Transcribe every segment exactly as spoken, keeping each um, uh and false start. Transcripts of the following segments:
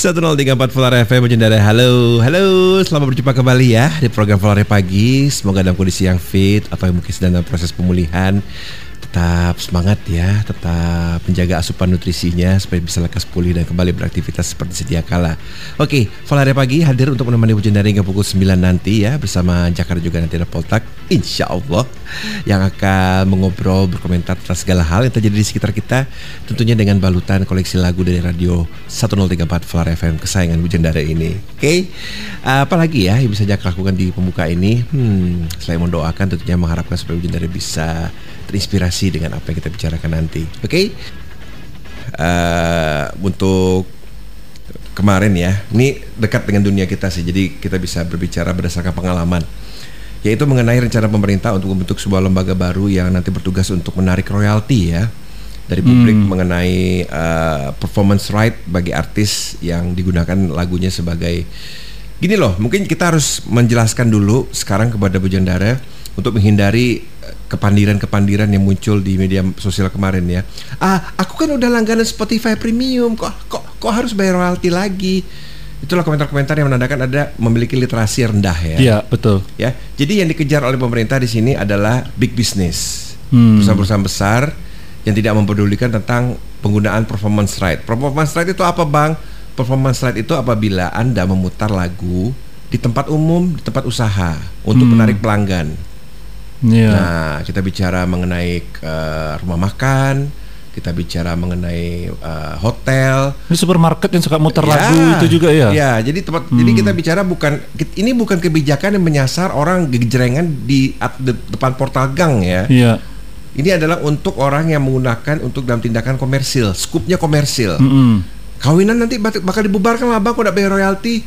seratus tiga puluh empat Full R F M Bujendara. Halo, halo, selamat berjumpa kembali ya di program Full R Pagi. Semoga dalam kondisi yang fit atau yang mungkin sedang dalam proses pemulihan, tetap semangat ya, tetap menjaga asupan nutrisinya supaya bisa lekas pulih dan kembali beraktivitas seperti sedia kala. Oke, Full R Pagi hadir untuk menemani Bujendara hingga pukul sembilan nanti ya, bersama Jakar juga nanti ada Poltak, insya Allah, yang akan mengobrol, berkomentar tentang segala hal yang terjadi di sekitar kita, tentunya dengan balutan koleksi lagu dari radio seratus tiga puluh empat Full R F M kesayangan Bujendara ini. Oke, apalagi ya yang bisa Jakar lakukan di pembuka ini? Hmm, selain mendoakan, tentunya mengharapkan supaya Bujendara bisa terinspirasi dengan apa yang kita bicarakan nanti. Oke, okay? uh, untuk kemarin ya, ini dekat dengan dunia kita sih, jadi kita bisa berbicara berdasarkan pengalaman, yaitu mengenai rencana pemerintah untuk membentuk sebuah lembaga baru yang nanti bertugas untuk menarik royalti ya dari publik hmm. mengenai uh, performance right bagi artis yang digunakan lagunya sebagai gini loh. Mungkin kita harus menjelaskan dulu sekarang kepada Bujendara untuk menghindari kepandiran-kepandiran yang muncul di media sosial kemarin ya. Ah, aku kan udah langganan Spotify Premium, kok kok kok harus bayar royalti lagi? Itulah komentar-komentar yang menandakan ada memiliki literasi rendah ya. Iya, betul. Ya. Jadi yang dikejar oleh pemerintah di sini adalah big business. Hmm. Perusahaan-perusahaan besar yang tidak mempedulikan tentang penggunaan performance right. Performance right itu apa, Bang? Performance right itu apabila Anda memutar lagu di tempat umum, di tempat usaha untuk hmm. menarik pelanggan. Yeah. Nah, kita bicara mengenai uh, rumah makan, kita bicara mengenai uh, hotel. Ini supermarket yang suka muter ya, lagu itu juga ya. Ya, jadi tempat. Hmm. Jadi kita bicara bukan ini bukan kebijakan yang menyasar orang gejrengan di, di depan portal gang ya. Iya. Ini adalah untuk orang yang menggunakan untuk dalam tindakan komersil, skupnya komersil. Mm-hmm. Kawinan nanti bakal dibubarkan lah, Bang, kok udah bayar royalti.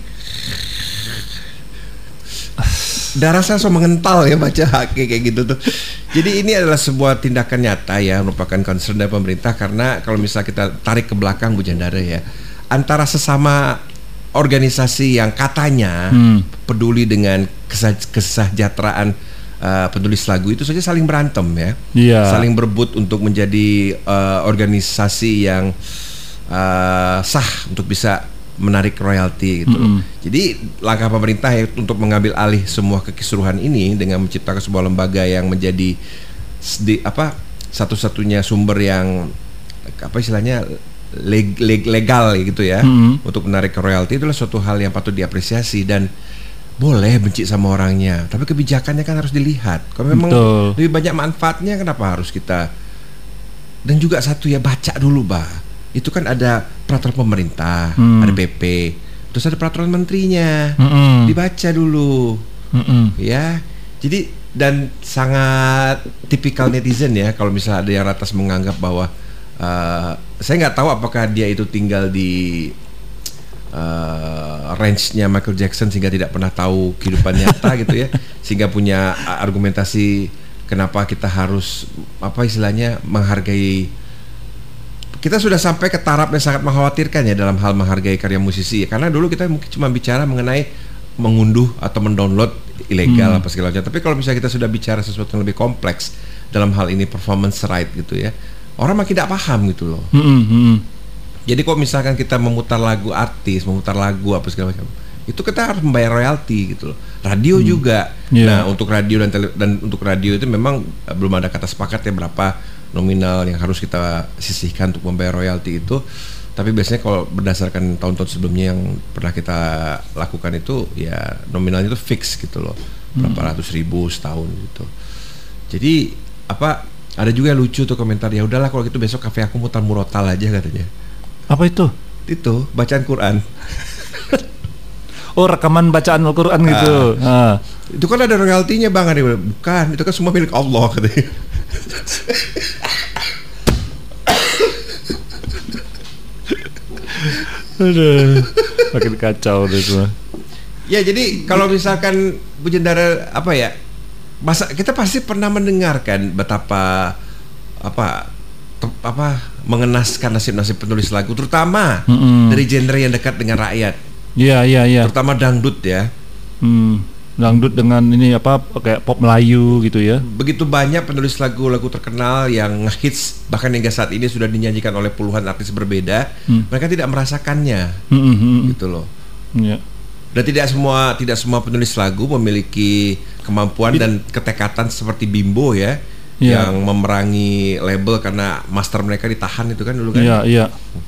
Darah saya so mengental ya baca hake kayak gitu tuh. Jadi ini adalah sebuah tindakan nyata ya, merupakan concern dari pemerintah, karena kalau misalnya kita tarik ke belakang Bujendara ya, antara sesama organisasi yang katanya hmm. peduli dengan kesah- kesejahteraan uh, penulis lagu itu saja saling berantem ya, yeah. saling berebut untuk menjadi uh, organisasi yang uh, sah untuk bisa menarik royalti gitu. Mm-hmm. Jadi langkah pemerintah ya untuk mengambil alih semua kekisruhan ini dengan menciptakan sebuah lembaga yang menjadi di, apa satu-satunya sumber yang apa istilahnya leg, leg, legal gitu ya mm-hmm. untuk menarik royalti, itulah suatu hal yang patut diapresiasi. Dan boleh benci sama orangnya, tapi kebijakannya kan harus dilihat. Kalau memang Betul. lebih banyak manfaatnya, kenapa harus kita? Dan juga satu ya, baca dulu, Bah. Itu kan ada peraturan pemerintah, hmm. ada P P, terus ada peraturan menterinya, hmm. dibaca dulu, hmm. ya. Jadi dan sangat tipikal netizen ya, kalau misalnya ada yang ratas menganggap bahwa uh, saya nggak tahu apakah dia itu tinggal di uh, range-nya Michael Jackson sehingga tidak pernah tahu kehidupan nyata gitu ya, sehingga punya argumentasi kenapa kita harus apa istilahnya menghargai. Kita sudah sampai ke taraf yang sangat mengkhawatirkan ya dalam hal menghargai karya musisi ya. Karena dulu kita mungkin cuma bicara mengenai mengunduh atau mendownload ilegal hmm. apa segala macam. Tapi kalau misalnya kita sudah bicara sesuatu yang lebih kompleks dalam hal ini performance right gitu ya, orang makin tidak paham gitu loh. Hmm, hmm. Jadi kok misalkan kita memutar lagu artis, memutar lagu apa segala macam, itu kita harus membayar royalti gitu loh. Radio hmm. juga. Yeah. Nah untuk radio dan tele, dan untuk radio itu memang belum ada kata sepakat ya berapa nominal yang harus kita sisihkan untuk membayar royalti itu. Tapi biasanya kalau berdasarkan tahun-tahun sebelumnya yang pernah kita lakukan itu ya nominalnya itu fix gitu loh, berapa hmm. ratus ribu setahun gitu. Jadi apa ada juga yang lucu tuh komentar, ya udahlah kalau gitu besok kafe aku mutar murotal aja katanya. Apa itu? Itu bacaan Quran. Oh, rekaman bacaan Al-Quran gitu. Ah. Ah. Itu kan ada royaltinya, Bang. Bukan, itu kan semua milik Allah katanya. Aduh, makin kacau deh semua. Ya jadi kalau misalkan Bujendara apa ya, masa kita pasti pernah mendengarkan betapa apa te- apa mengenaskan nasib-nasib penulis lagu, terutama mm-hmm. dari genre yang dekat dengan rakyat. Iya iya iya. Terutama dangdut ya. Hmm. dangdut dengan ini apa kayak pop Melayu gitu ya. Begitu banyak penulis lagu-lagu terkenal yang ngehits bahkan hingga saat ini sudah dinyanyikan oleh puluhan artis berbeda, hmm. mereka tidak merasakannya, hmm, hmm, hmm. gitu loh. Ya. Dan tidak semua tidak semua penulis lagu memiliki kemampuan Bit- dan ketekatan seperti Bimbo ya, ya, yang memerangi label karena master mereka ditahan itu kan dulu kan. Iya, iya.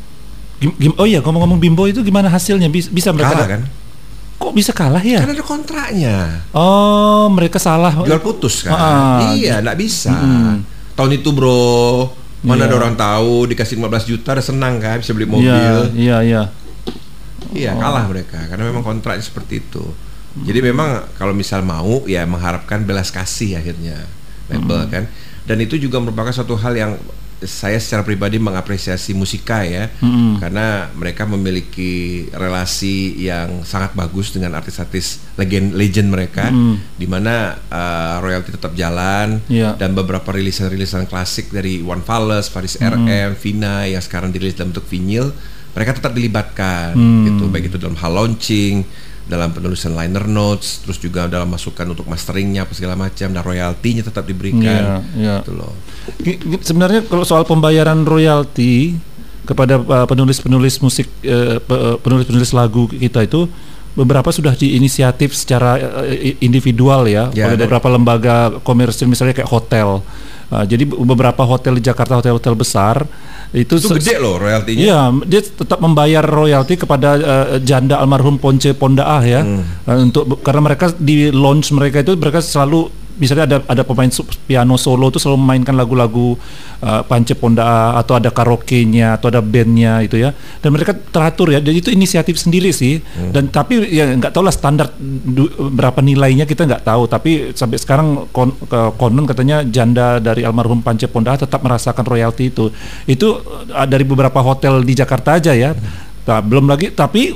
Gim- oh iya, ngomong-ngomong Bimbo itu gimana hasilnya? Bisa, bisa mereka kalah kan? Kok bisa kalah ya? Kan ada kontraknya. Oh, mereka salah. Jual putus kan? Ah, iya, nggak bisa. Hmm. Tahun itu bro, mana yeah. ada orang tahu dikasih lima belas juta, udah senang kan bisa beli mobil. Iya, iya, iya. Iya, oh. kalah mereka karena memang kontraknya seperti itu. Hmm. Jadi memang kalau misal mau ya mengharapkan belas kasih akhirnya label hmm. kan. Dan itu juga merupakan suatu hal yang saya secara pribadi mengapresiasi Musika ya, mm-hmm. karena mereka memiliki relasi yang sangat bagus dengan artis-artis legend legend mereka, mm-hmm. di mana uh, royalti tetap jalan, yeah. dan beberapa rilisan-rilisan klasik dari Iwan Fals, Faris mm-hmm. R M, Vina yang sekarang dirilis dalam bentuk vinyl, mereka tetap dilibatkan, mm-hmm. gitu, baik itu dalam hal launching, dalam penulisan liner notes, terus juga dalam masukan untuk masteringnya apa segala macam, dan royaltinya tetap diberikan, yeah, yeah. gitu loh. Sebenarnya kalau soal pembayaran royalti kepada uh, penulis-penulis musik, uh, penulis-penulis lagu kita itu beberapa sudah diinisiatif secara uh, individual ya, yeah, oleh beberapa lembaga komersil misalnya kayak hotel. Uh, jadi beberapa hotel di Jakarta, hotel-hotel besar itu, itu gede loh royaltinya. Iya, dia tetap membayar royalti kepada uh, janda almarhum Ponce Pondaah ya, hmm. uh, untuk karena mereka di launch mereka itu mereka selalu misalnya ada ada pemain piano solo tuh selalu memainkan lagu-lagu uh, Ponce Pondaah atau ada karaoke-nya atau ada band-nya itu ya, dan mereka teratur ya, jadi itu inisiatif sendiri sih, hmm. dan tapi ya nggak tahu lah standar du, berapa nilainya kita nggak tahu, tapi sampai sekarang kon, konon katanya janda dari almarhum Ponce Pondaah tetap merasakan royalti itu itu uh, dari beberapa hotel di Jakarta aja ya, hmm. nah, belum lagi tapi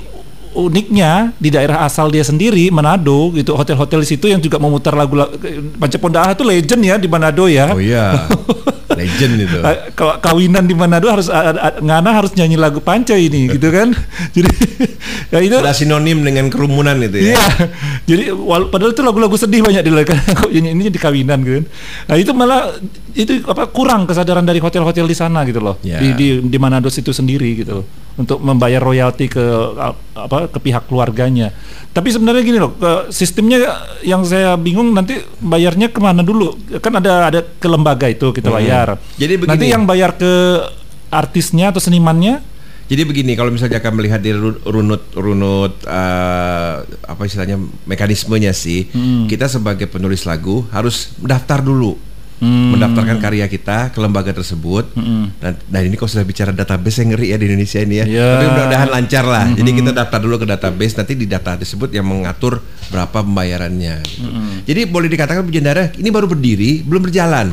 uniknya di daerah asal dia sendiri Manado gitu, hotel-hotel di situ yang juga memutar lagu Ponce Pondaah itu legend ya di Manado ya. Oh iya. Legend itu. Kalau kawinan di Manado harus Ngana harus nyanyi lagu Panca ini gitu kan. Jadi ya itu sudah sinonim dengan kerumunan itu ya. Iya. Jadi padahal itu lagu-lagu sedih banyak di kan. Kok ini ini di kawinan gitu kan. Nah itu malah itu apa kurang kesadaran dari hotel-hotel di sana gitu loh. Yeah. Di di di Manado itu sendiri gitu loh, untuk membayar royalti ke apa ke pihak keluarganya. Tapi sebenarnya gini loh, ke sistemnya yang saya bingung nanti bayarnya kemana dulu? Kan ada ada ke lembaga itu kita bayar. Hmm. Jadi begini, nanti yang bayar ke artisnya atau senimannya? Jadi begini, kalau misalnya akan melihat di runut runut uh, apa istilahnya mekanismenya sih, hmm. kita sebagai penulis lagu harus mendaftar dulu. Hmm. Mendaftarkan karya kita ke lembaga tersebut, hmm. dan, dan ini kalau sudah bicara database yang ngeri ya di Indonesia ini ya, yeah. tapi mudah-mudahan lancar lah. Hmm. Jadi kita daftar dulu ke database, nanti di data tersebut yang mengatur berapa pembayarannya. Gitu. Hmm. Jadi boleh dikatakan Bujendara ini baru berdiri, belum berjalan.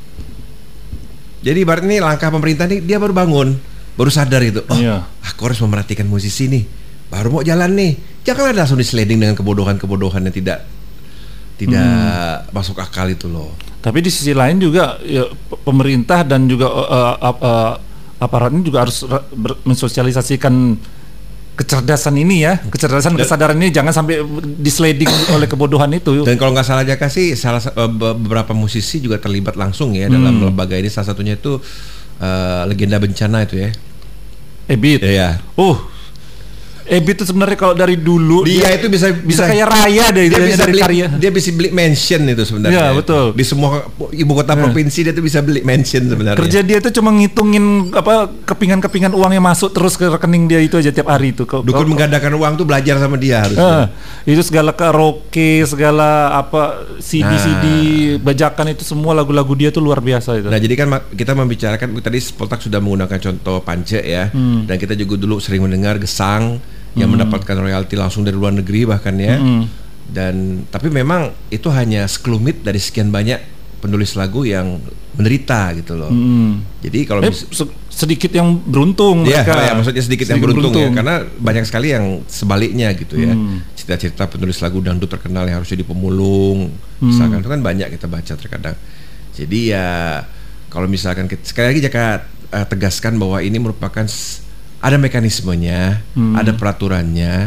Jadi ibarat ini langkah pemerintah nih, dia baru bangun, baru sadar itu, oh, yeah. aku harus memerhatikan musisi nih, baru mau jalan nih. Janganlah langsung disliding dengan kebodohan-kebodohan yang tidak tidak hmm. masuk akal itu loh. Tapi di sisi lain juga ya, pemerintah dan juga uh, uh, uh, aparatnya juga harus ber- mensosialisasikan kecerdasan ini ya, kecerdasan dan, kesadaran ini jangan sampai disliding oleh kebodohan itu. Dan kalau nggak salah aja kasih salah uh, beberapa musisi juga terlibat langsung ya hmm. dalam lembaga ini. Salah satunya itu uh, legenda bencana itu ya. Ebit. Iya. Uh. Ebit itu sebenarnya kalau dari dulu dia, dia itu bisa bisa kayak raya deh, dia bisa dari beli, karya. Dia bisa beli mansion itu sebenarnya. Iya, betul. Di semua ibu kota ya. provinsi dia tuh bisa beli mansion sebenarnya. Kerja dia itu cuma ngitungin apa kepingan-kepingan uang yang masuk terus ke rekening dia itu aja tiap hari itu. Dukun menggandakan uang tuh belajar sama dia harusnya. Eh, itu segala karaoke, segala apa C D nah. C D bajakan itu semua lagu-lagu dia tuh luar biasa itu. Nah, jadi kan kita membicarakan tadi Spoltak sudah menggunakan contoh Pance ya. Hmm. Dan kita juga dulu sering mendengar Gesang yang hmm. mendapatkan royalti langsung dari luar negeri bahkan ya, hmm. dan tapi memang itu hanya sekelumit dari sekian banyak penulis lagu yang menderita gitu loh. Hmm. Jadi kalau eh, mis- sedikit yang beruntung, ya, ya maksudnya sedikit, sedikit yang beruntung, beruntung ya, karena banyak sekali yang sebaliknya gitu ya. Hmm. Cerita-cerita penulis lagu dangdut terkenal yang harus jadi pemulung, hmm. misalkan itu kan banyak kita baca terkadang. Jadi ya kalau misalkan kita, sekali lagi Jaka uh, tegaskan bahwa ini merupakan ada mekanismenya, hmm. ada peraturannya,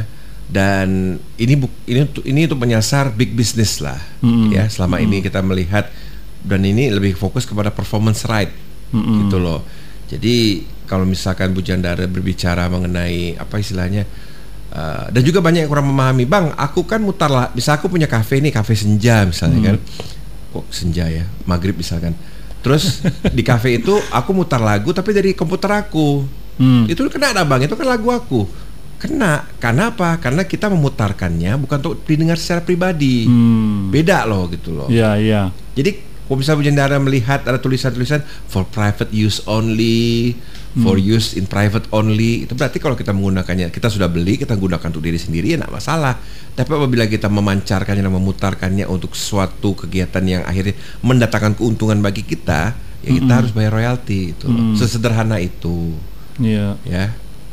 Dan ini bu, ini untuk ini untuk menyasar big business lah, mm-hmm. ya. Selama mm-hmm. ini kita melihat dan ini lebih fokus kepada performance right, mm-hmm. gitu loh. Jadi kalau misalkan Bu Jandara berbicara mengenai apa istilahnya, uh, dan juga banyak yang kurang memahami, bang, aku kan mutar lah. Misal aku punya kafe nih, kafe senja misalnya, mm-hmm. kan, kok senja ya, maghrib misalkan. Terus di kafe itu aku mutar lagu tapi dari komputer aku, mm. itu kena ada bang, itu kan lagu aku. Kena, karena apa? Karena kita memutarkannya bukan untuk didengar secara pribadi, hmm. beda loh gitu loh. Iya, iya. Jadi kalau misalnya Bu Jandara melihat ada tulisan-tulisan for private use only, hmm. for use in private only, itu berarti kalau kita menggunakannya, kita sudah beli, kita gunakan untuk diri sendiri ya tidak masalah. Tapi apabila kita memancarkannya dan memutarkannya untuk suatu kegiatan yang akhirnya mendatangkan keuntungan bagi kita, ya kita hmm. harus bayar royalti itu. Hmm. Sesederhana itu. Iya. Ya.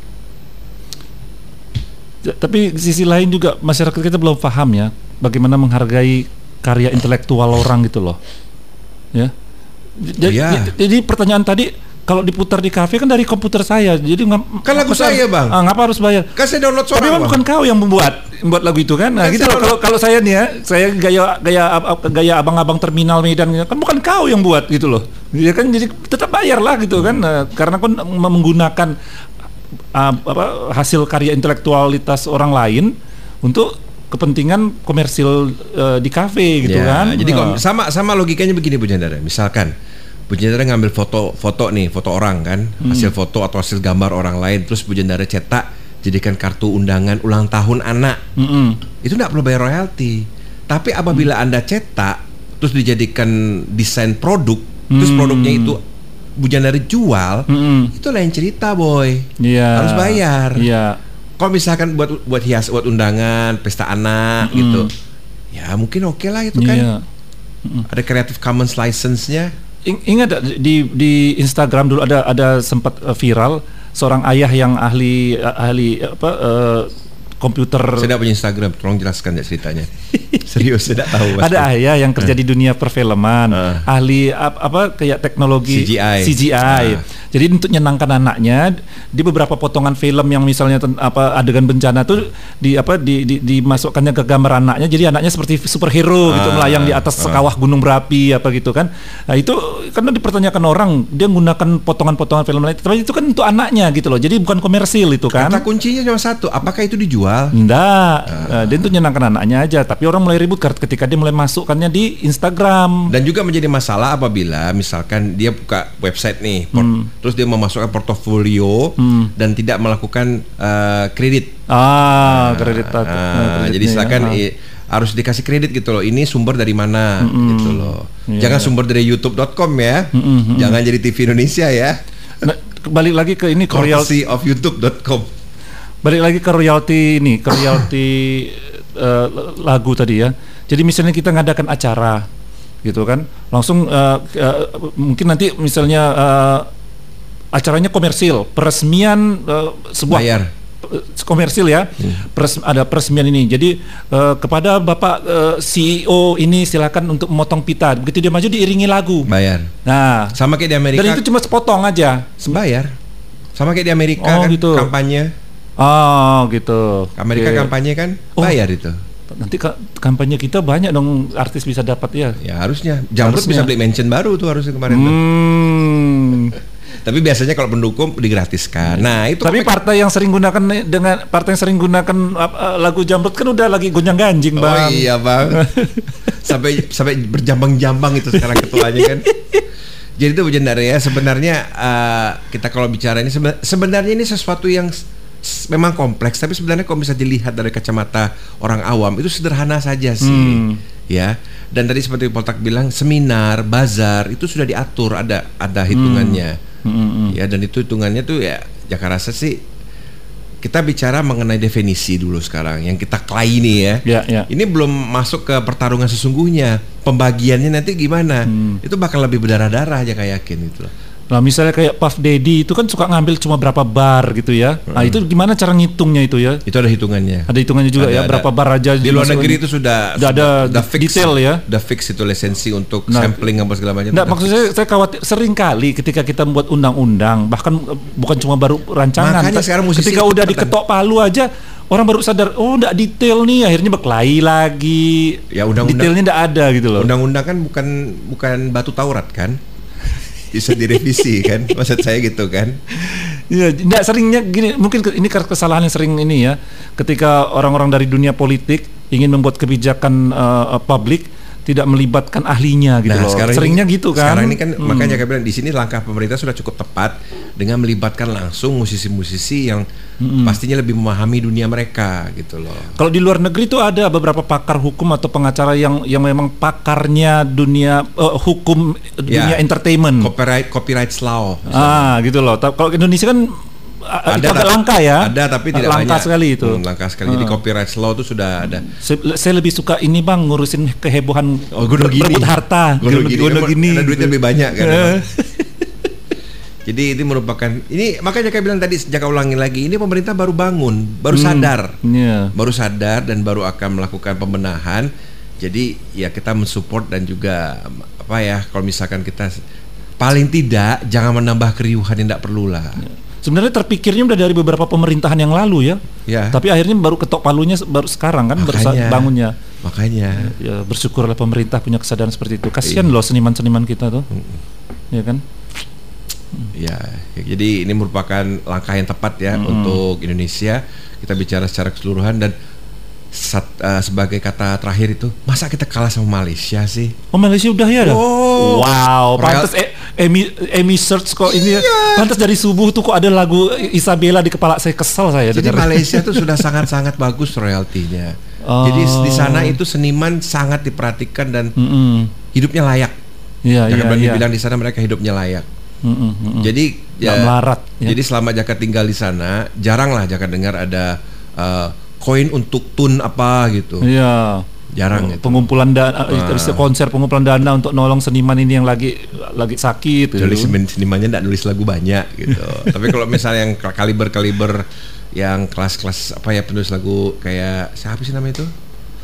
Tapi sisi lain juga masyarakat kita belum paham ya bagaimana menghargai karya intelektual orang gitu loh, ya. Jadi, oh, ya. jadi pertanyaan tadi kalau diputar di kafe kan dari komputer saya, jadi kan lagu saya bang, ah, ngapa harus bayar? Kan saya download suara. Tapi kan bukan kau yang membuat membuat lagu itu kan? Nah kan gitu loh. Kalau kalau saya nih ya, saya gaya gaya gaya abang-abang terminal Medan kan bukan kau yang buat gitu loh, ya kan jadi tetap bayar lah gitu kan, nah, karena kan menggunakan Uh, apa, hasil karya intelektualitas orang lain untuk kepentingan komersil uh, di kafe gitu ya, kan. Jadi uh. sama sama logikanya begini Bu Jandara. Misalkan Bu Jandara ngambil foto foto nih, foto orang kan, hmm. hasil foto atau hasil gambar orang lain, terus Bu Jandara cetak jadikan kartu undangan ulang tahun anak. Hmm. Itu enggak perlu bayar royalti. Tapi apabila hmm. Anda cetak terus dijadikan desain produk, hmm. terus produknya itu Bu Jandara jual, mm-hmm. itu lain cerita boy, yeah. harus bayar. Yeah. Kalau misalkan buat buat hias, buat undangan, pesta anak mm-hmm. gitu, ya mungkin oke okay lah itu kan. Yeah. Mm-hmm. Ada Creative Commons license-nya. In- ingat di di Instagram dulu ada ada sempat uh, viral seorang ayah yang ahli uh, ahli apa uh, komputer. Saya tidak punya Instagram, tolong jelaskan ya ceritanya. Serius, saya tidak tahu. Pasti. Ada ayah yang kerja uh. di dunia perfilman, uh. ahli ap, apa kayak teknologi C G I. C G I. Uh. Jadi untuk menyenangkan anaknya, di beberapa potongan film yang misalnya ten, apa adegan bencana tuh di apa di, di dimasukkannya ke gambar anaknya, jadi anaknya seperti superhero uh. gitu melayang di atas uh. kawah gunung berapi apa gitu kan. Nah itu karena dipertanyakan orang, dia menggunakan potongan-potongan film lain, tapi itu kan untuk anaknya gitu loh. Jadi bukan komersil itu kan. Kata kuncinya cuma satu, apakah itu dijual? Enggak, uh. dia itu menyenangkan anaknya aja. Tapi orang mulai ribut ketika dia mulai masukkannya di Instagram. Dan juga menjadi masalah apabila misalkan dia buka website nih, port- hmm. terus dia memasukkan portofolio hmm. dan tidak melakukan uh, kredit. Ah, kredit. Uh, uh, jadi silakan ya. i- harus dikasih kredit gitu loh. Ini sumber dari mana mm-hmm. gitu loh. Yeah. Jangan sumber dari youtube dot com ya. Mm-hmm. Jangan jadi T V Indonesia ya. Nah, balik lagi ke ini ke royalty of youtube dot com. Balik lagi ke royalty ini, ke royalty uh, lagu tadi ya. Jadi misalnya kita ngadakan acara gitu kan, langsung uh, uh, mungkin nanti misalnya uh, acaranya komersil, peresmian uh, sebuah bayar. Komersil ya, hmm. Pres, ada peresmian ini. Jadi uh, kepada Bapak uh, C E O ini silakan untuk memotong pita. Begitu dia maju diiringi lagu. Bayar. Nah, sama kayak di Amerika. Dan itu cuma sepotong aja. Bayar. Sama kayak di Amerika oh, kan gitu. kampanye. Oh gitu. Amerika okay. kampanye kan bayar oh. itu. Nanti ka- kampanye kita banyak dong artis bisa dapat ya. Ya harusnya. Jamrut bisa beli mansion baru tuh harusnya kemarin hmm. tuh. Tapi biasanya kalau pendukung digratiskan. Nah, itu tapi partai yang sering gunakan dengan partai yang sering gunakan uh, lagu Jamrut kan udah lagi gonjang-ganjing, Bang. Oh iya, Bang. sampai sampai berjambang-jambang itu sekarang ketuanya kan. Jadi itu Bu Jandara ya, sebenarnya uh, kita kalau bicara ini seben- sebenarnya ini sesuatu yang s- memang kompleks, tapi sebenarnya kalau bisa dilihat dari kacamata orang awam itu sederhana saja sih. Hmm. Ya. Dan tadi seperti Poltak bilang, seminar, bazar itu sudah diatur, ada ada hitungannya. Hmm. Mm-hmm. Ya, dan itu hitungannya tuh ya Jakarta rasa sih kita bicara mengenai definisi dulu sekarang yang kita klaim ya. Yeah, yeah. Ini belum masuk ke pertarungan sesungguhnya. Pembagiannya nanti gimana? Hmm. Itu bakal lebih berdarah-darah aja kayak yakin itu. Nah, misalnya kayak Puff Daddy itu kan suka ngambil cuma berapa bar gitu ya. Hmm. Nah, itu gimana cara ngitungnya itu ya? Itu ada hitungannya. Ada hitungannya juga ada, ya, ada. Berapa bar aja di luar negeri itu sudah sudah ada sudah fix, detail ya. Udah fix itu lisensi untuk nah, sampling apa segala macam. Nah, maksud saya saya khawatir sering kali ketika kita membuat undang-undang, bahkan bukan cuma baru rancangan, makanya sekarang ketika udah diketok palu aja orang baru sadar, oh enggak detail nih, akhirnya berkelahi lagi. Ya undang-undang, detailnya enggak ada gitu loh. Undang-undang kan bukan bukan batu Taurat kan, bisa direvisi kan, maksud saya gitu kan. Iya, enggak seringnya gini, mungkin ini kesalahan yang sering ini ya, ketika orang-orang dari dunia politik ingin membuat kebijakan uh, publik tidak melibatkan ahlinya gitu nah, loh. Sekarang Seringnya ini, gitu kan. Sekarang ini kan hmm. makanya saya bilang di sini langkah pemerintah sudah cukup tepat dengan melibatkan langsung musisi-musisi yang hmm. pastinya lebih memahami dunia mereka gitu loh. Kalau di luar negeri tuh ada beberapa pakar hukum atau pengacara yang yang memang pakarnya dunia uh, hukum dunia ya, entertainment. Copyright copyright law. Misalnya. Ah, gitu loh. Kalau Indonesia kan ada itu tapi, langka ya, ada tapi tidak langka banyak. sekali itu. Hmm, langka sekali. Jadi copyright law itu sudah ada. Saya, saya lebih suka ini bang, ngurusin kehebohan oh, gunung gini, berebut harta, gunung gini, gunung gini. Karena duitnya lebih banyak kan. Jadi ini merupakan ini makanya kayak bilang tadi sejak ulangi lagi ini pemerintah baru bangun, baru hmm, sadar, yeah. baru sadar dan baru akan melakukan pembenahan. Jadi ya kita mensupport dan juga apa ya kalau misalkan kita paling tidak jangan menambah keriuhan yang tidak perlu lah. Yeah. Sebenarnya terpikirnya udah dari beberapa pemerintahan yang lalu ya, ya. Tapi akhirnya baru ketok palunya baru sekarang kan, makanya, baru bangunnya. Makanya. Ya, bersyukurlah pemerintah punya kesadaran seperti itu. Kasihan loh seniman-seniman kita tuh, mm. ya kan? Ya, jadi ini merupakan langkah yang tepat ya mm. untuk Indonesia. Kita bicara secara keseluruhan dan sat, uh, sebagai kata terakhir itu, masa kita kalah sama Malaysia sih? Oh Malaysia udah ya? Oh, wow, pantas eh, Emi Emi search kok ini. Iya. Pantas dari subuh tuh kok ada lagu Isabella di kepala saya, kesel saya. Jadi dengar. Malaysia tuh sudah sangat-sangat bagus royaltinya. Oh. Jadi di sana itu seniman sangat diperhatikan dan mm-mm. hidupnya layak. Iya, Jangan iya, berani iya. bilang di sana mereka hidupnya layak. Mm-mm, mm-mm. Jadi ya, melarat. Ya. Jadi selama Jaka tinggal di sana, jarang lah Jaka dengar ada uh, koin untuk tun apa gitu. Iya. Jarang oh, gitu. Pengumpulan dana, ah. konser pengumpulan dana untuk nolong seniman ini yang lagi lagi sakit. Nulis gitu. Senimannya enggak nulis lagu banyak gitu. Tapi kalau misalnya yang kaliber-kaliber yang kelas-kelas apa ya penulis lagu kayak siapa sih namanya itu?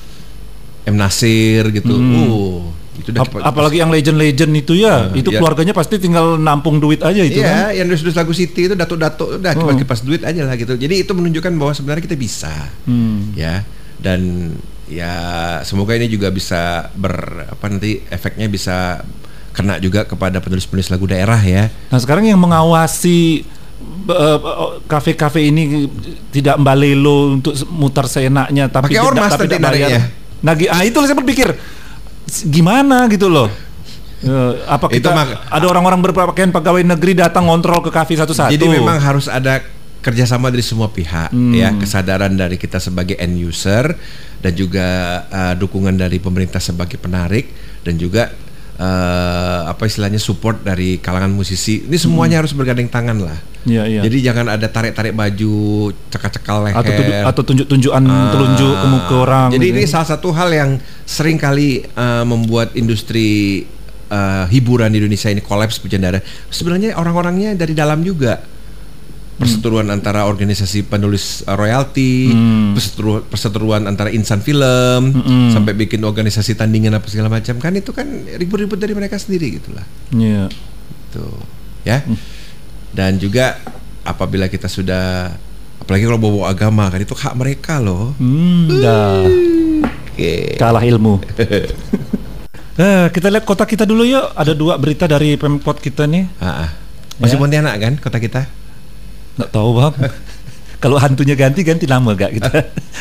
M Nasir gitu. Hmm. Oh, itu udah Ap- apalagi yang legend-legend itu ya, uh, itu ya. Keluarganya pasti tinggal nampung duit aja itu iya, kan. yang nulis lagu Siti itu datuk-datuk udah oh. kipas duit aja lah gitu. Jadi itu menunjukkan bahwa sebenarnya kita bisa. Hmm. Ya. Dan ya semoga ini juga bisa ber apa nanti efeknya bisa kena juga kepada penulis-penulis lagu daerah ya. Nah, sekarang yang mengawasi uh, kafe-kafe ini tidak mbalelo untuk mutar seenaknya tapi pakai ormas tapi tidak bayar. Nah, ah, itu saya berpikir gimana gitu loh. Uh, apa kita mak- ada orang-orang berpakaian pegawai negeri datang ngontrol ke kafe satu-satu. Jadi memang harus ada kerjasama dari semua pihak hmm. ya, kesadaran dari kita sebagai end user dan juga uh, dukungan dari pemerintah sebagai penarik dan juga uh, apa istilahnya support dari kalangan musisi. Ini semuanya hmm. harus bergandeng tangan lah. Ya, ya. Jadi jangan ada tarik-tarik baju, cekal-cekal leher atau, tunjuk, atau tunjuk-tunjukan uh, telunjuk ke muka orang. Jadi gitu. Ini salah satu hal yang sering kali uh, membuat industri uh, hiburan di Indonesia ini kolaps, Pujandara. Sebenarnya orang-orangnya dari dalam juga. Perseteruan hmm. antara organisasi penulis uh, royalti, hmm. perseteruan, perseteruan antara insan film, hmm. sampai bikin organisasi tandingan apa segala macam, kan itu kan ribut-ribut dari mereka sendiri gitulah. Iya. Yeah. Tuh, ya. Hmm. Dan juga apabila kita sudah, apalagi kalau bawa agama kan itu hak mereka loh. Hmm, dah. Okay. Kalah ilmu. eh, kita lihat kota kita dulu yuk. Ada dua berita dari Pemkot kita nih. Ah, ah. Masih ya? Pontianak kan kota kita? Nggak tahu bang. Kalau hantunya ganti ganti nama gak kita.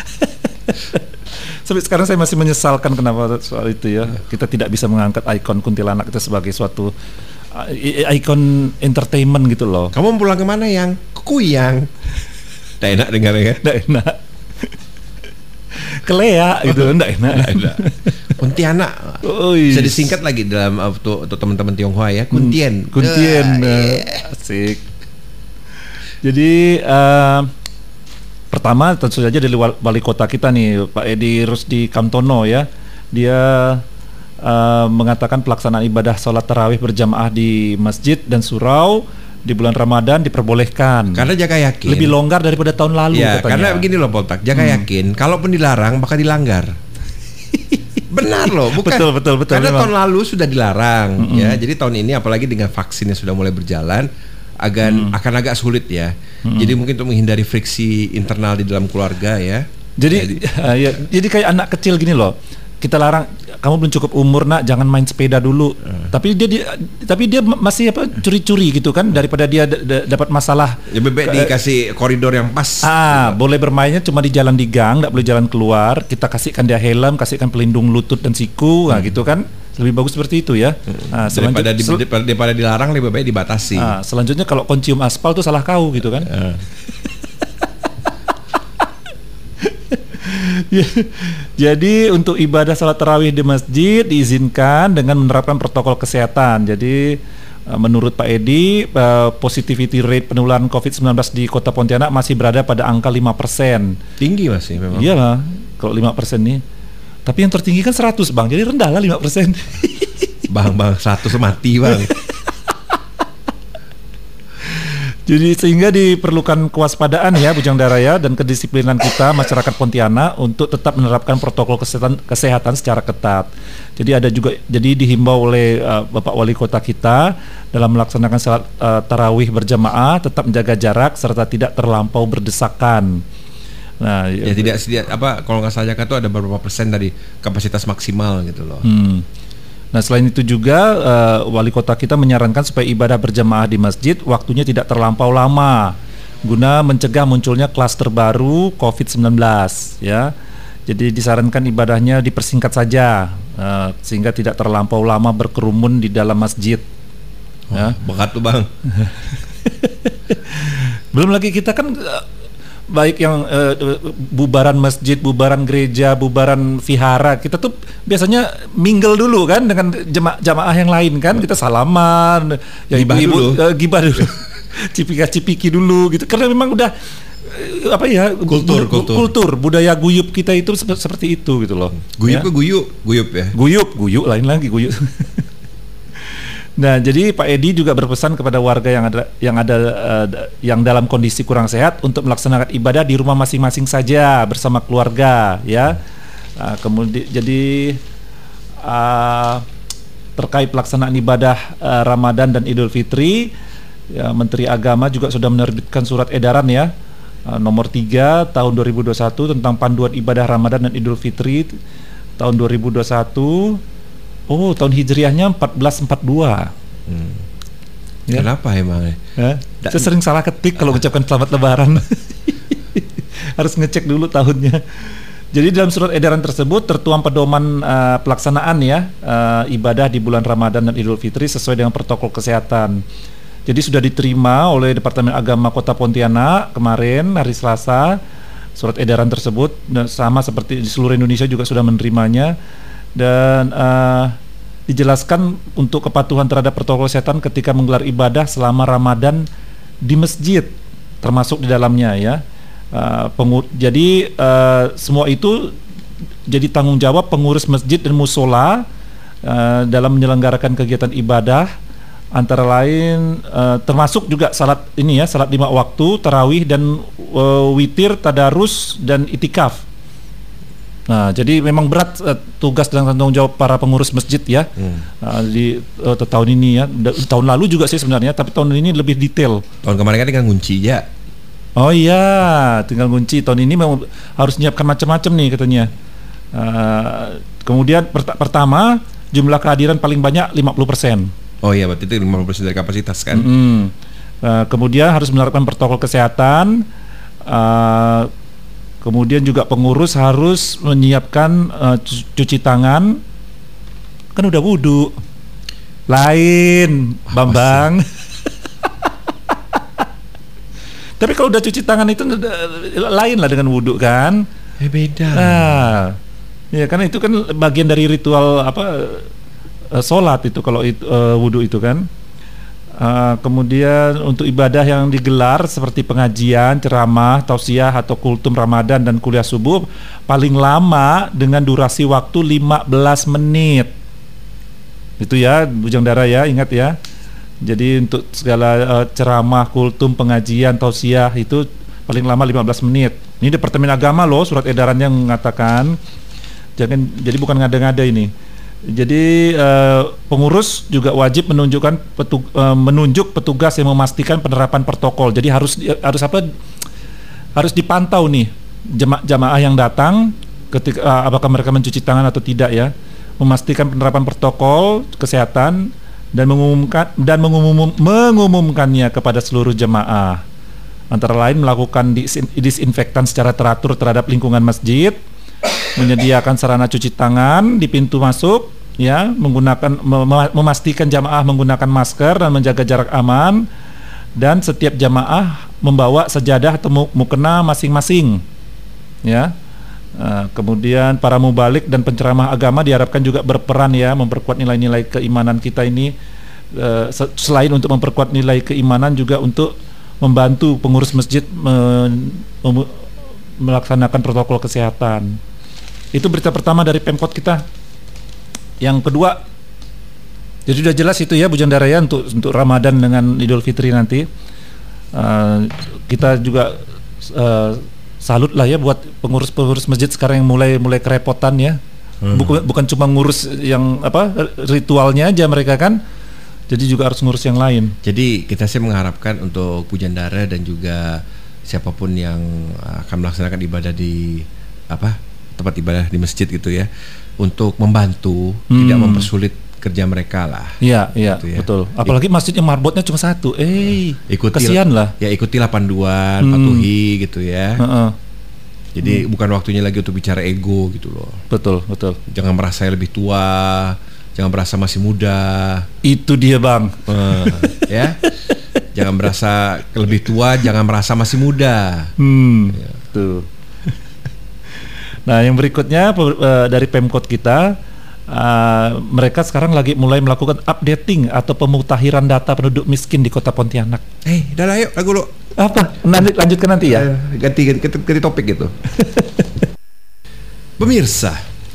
Sampai sekarang saya masih menyesalkan kenapa soal itu ya. Kita tidak bisa mengangkat ikon kuntilanak itu sebagai suatu uh, ikon entertainment gitu loh. Kamu pulang kemana yang? Kuyang. Nggak enak dengar ya? Nggak enak. Kelea gitu, nggak enak. enak. Pontianak. Oh, bisa disingkat lagi dalam untuk, untuk teman-teman Tionghoa ya. Kuntien. Kuntien. Uh, yeah. Asik. Jadi uh, pertama tentu saja dari wali kota kita nih Pak Edi Rusdi Kamtono ya, dia uh, mengatakan pelaksanaan ibadah sholat tarawih berjamaah di masjid dan surau di bulan Ramadan diperbolehkan. Karena Jaka yakin lebih longgar daripada tahun lalu ya, katanya. Karena begini loh Poltak, Jaka hmm. yakin kalaupun dilarang bakal dilanggar. Benar loh, bukan? Betul betul betul. Karena memang. tahun lalu sudah dilarang, mm-hmm. ya. Jadi tahun ini apalagi dengan vaksinnya sudah mulai berjalan. akan Hmm. akan agak sulit ya. Hmm. Jadi mungkin untuk menghindari friksi internal di dalam keluarga ya. Jadi uh, ya, jadi kayak anak kecil gini loh. Kita larang, kamu belum cukup umur nak, jangan main sepeda dulu. Uh. Tapi dia, dia tapi dia masih apa curi-curi gitu kan, daripada dia d- d- dapat masalah. Ya bebek uh, dikasih koridor yang pas. Ah, gitu. Boleh bermainnya cuma di jalan di gang, nggak boleh jalan keluar. Kita kasihkan dia helm, kasihkan pelindung lutut dan siku, hmm. nah gitu kan. Lebih bagus seperti itu ya. Hmm. Nah, daripada, di, sel- daripada dilarang lebih baik dibatasi. Ah, selanjutnya kalau koncium aspal tuh salah kau gitu kan. Uh. Jadi untuk ibadah salat tarawih di masjid diizinkan dengan menerapkan protokol kesehatan. Jadi menurut Pak Edi, positivity rate penularan covid sembilan belas di Kota Pontianak masih berada pada angka lima persen. Tinggi masih memang. Iyalah, kalau lima persen nih. Tapi yang tertinggi kan seratus, Bang. Jadi rendah lah lima persen. Bang, bang, seratus mati, Bang. Jadi sehingga diperlukan kewaspadaan ya Bujang Daraya dan kedisiplinan kita masyarakat Pontianak untuk tetap menerapkan protokol kesehatan kesehatan secara ketat. Jadi ada juga jadi dihimbau oleh uh, Bapak Wali Kota kita dalam melaksanakan salat uh, tarawih berjamaah tetap menjaga jarak serta tidak terlampau berdesakan. Nah, ya, ya tidak tidak apa kalau nggak salah Jakarta tuh ada beberapa persen dari kapasitas maksimal gitu loh. Hmm. Nah selain itu juga uh, wali kota kita menyarankan supaya ibadah berjamaah di masjid waktunya tidak terlampau lama guna mencegah munculnya klaster baru covid sembilan belas ya. Jadi disarankan ibadahnya dipersingkat saja uh, sehingga tidak terlampau lama berkerumun di dalam masjid. Oh, ya. Bekat tuh Bang. Belum lagi kita kan uh, baik yang uh, bubaran masjid, bubaran gereja, bubaran vihara, kita tuh biasanya mingle dulu kan dengan jema- jamaah yang lain kan, kita salaman, ya ibu-ibu uh, gibah dulu, cipika-cipiki dulu gitu, karena memang udah uh, apa ya kultur, bu- kultur, kultur, budaya guyup kita itu sep- seperti itu gitu loh. Guyup ya? ke guyup, guyup ya. Guyup, guyup lain lagi guyup. Nah, jadi Pak Edi juga berpesan kepada warga yang ada yang ada uh, yang dalam kondisi kurang sehat untuk melaksanakan ibadah di rumah masing-masing saja bersama keluarga, ya. Uh, kemudian jadi uh, terkait pelaksanaan ibadah uh, Ramadan dan Idul Fitri, ya, Menteri Agama juga sudah menerbitkan surat edaran ya uh, nomor tiga tahun dua ribu dua puluh satu tentang panduan ibadah Ramadan dan Idul Fitri tahun dua ribu dua puluh satu. Oh, tahun hijriahnya empat belas empat puluh dua. Hmm. Ya? Kenapa emang? Ya? Saya sering salah ketik kalau ucapkan selamat lebaran. Harus ngecek dulu tahunnya. Jadi dalam surat edaran tersebut tertuang pedoman uh, pelaksanaan ya uh, ibadah di bulan Ramadan dan Idul Fitri sesuai dengan protokol kesehatan. Jadi sudah diterima oleh Departemen Agama Kota Pontianak kemarin hari Selasa. Surat edaran tersebut dan sama seperti di seluruh Indonesia juga sudah menerimanya. Dan uh, dijelaskan untuk kepatuhan terhadap protokol kesehatan ketika menggelar ibadah selama Ramadan di masjid termasuk di dalamnya ya. Uh, pengur- jadi uh, semua itu jadi tanggung jawab pengurus masjid dan musola uh, dalam menyelenggarakan kegiatan ibadah antara lain uh, termasuk juga salat ini ya, salat lima waktu, tarawih dan uh, witir, tadarus dan itikaf. Nah, jadi memang berat uh, tugas dan tanggung jawab para pengurus masjid ya hmm. uh, di uh, tahun ini ya. D- tahun lalu juga sih sebenarnya, tapi tahun ini lebih detail. Tahun kemarin kan tinggal ngunci ya. Oh iya, tinggal ngunci. Tahun ini memang harus menyiapkan macam-macam nih katanya. Uh, kemudian pert- pertama jumlah kehadiran paling banyak lima puluh persen. Oh iya, berarti itu lima puluh persen dari kapasitas kan. Mm-hmm. Uh, kemudian harus menerapkan protokol kesehatan. Uh, Kemudian juga pengurus harus menyiapkan uh, cuci tangan. Kan udah wudhu. Lain, oh, Bambang. Tapi kalau udah cuci tangan itu lain lah dengan wudhu kan. Eh beda. Nah, ya karena itu kan bagian dari ritual apa uh, sholat itu kalau itu, uh, wudhu itu kan. Uh, kemudian untuk ibadah yang digelar seperti pengajian, ceramah, tausiah atau kultum Ramadan dan kuliah subuh paling lama dengan durasi waktu lima belas menit. Itu ya Bujang Dara ya, ingat ya. Jadi untuk segala uh, ceramah, kultum, pengajian, tausiah itu paling lama lima belas menit. Ini Departemen Agama loh surat edarannya mengatakan. Jangan, jadi bukan ngada-ngada ini. Jadi uh, pengurus juga wajib menunjukkan petug, uh, menunjuk petugas yang memastikan penerapan protokol. Jadi harus harus apa? Harus dipantau nih jema- jamaah yang datang ketika uh, apakah mereka mencuci tangan atau tidak ya. Memastikan penerapan protokol kesehatan dan mengumumkan dan mengumum, mengumumkannya kepada seluruh jemaah. Antara lain melakukan disin, disinfektan secara teratur terhadap lingkungan masjid, menyediakan sarana cuci tangan di pintu masuk, ya, menggunakan mem- memastikan jamaah menggunakan masker dan menjaga jarak aman, dan setiap jamaah membawa sajadah atau mukena masing-masing, ya. Uh, kemudian para mubalik dan penceramah agama diharapkan juga berperan ya memperkuat nilai-nilai keimanan kita ini. Uh, selain untuk memperkuat nilai keimanan juga untuk membantu pengurus masjid me- mem- melaksanakan protokol kesehatan. Itu berita pertama dari Pemkot kita. Yang kedua, jadi sudah jelas itu ya Bu Janda Raya untuk untuk Ramadan dengan Idul Fitri nanti. Uh, kita juga uh, salut lah ya buat pengurus-pengurus masjid sekarang yang mulai mulai kerepotan ya. Hmm. Bukan bukan cuma ngurus yang apa ritualnya aja mereka kan. Jadi juga harus ngurus yang lain. Jadi kita sih mengharapkan untuk Bu Jandara dan juga siapapun yang akan melaksanakan ibadah di apa tempat ibadah di masjid gitu ya, untuk membantu hmm. tidak mempersulit kerja mereka lah. Iya, iya, gitu ya. Betul. Apalagi masjid yang marbotnya cuma satu. Eh, ikuti, kasihan lah. Ya ikutilah panduan, hmm. patuhi gitu ya. Uh-uh. Jadi hmm. bukan waktunya lagi untuk bicara ego gitu loh. Betul, betul. Jangan merasa lebih tua. Jangan berasa masih muda. Itu dia Bang. Uh, ya. Jangan berasa lebih tua, jangan merasa masih muda. Hmm. Ya. Tuh. Nah, yang berikutnya uh, dari Pemkot kita, uh, mereka sekarang lagi mulai melakukan updating atau pemutahiran data penduduk miskin di Kota Pontianak. Eh, hey, udah lah yuk lagu lo. Apa? Nanti lanjutkan nanti ya. Uh, ganti, ganti ganti topik gitu. Pemirsa.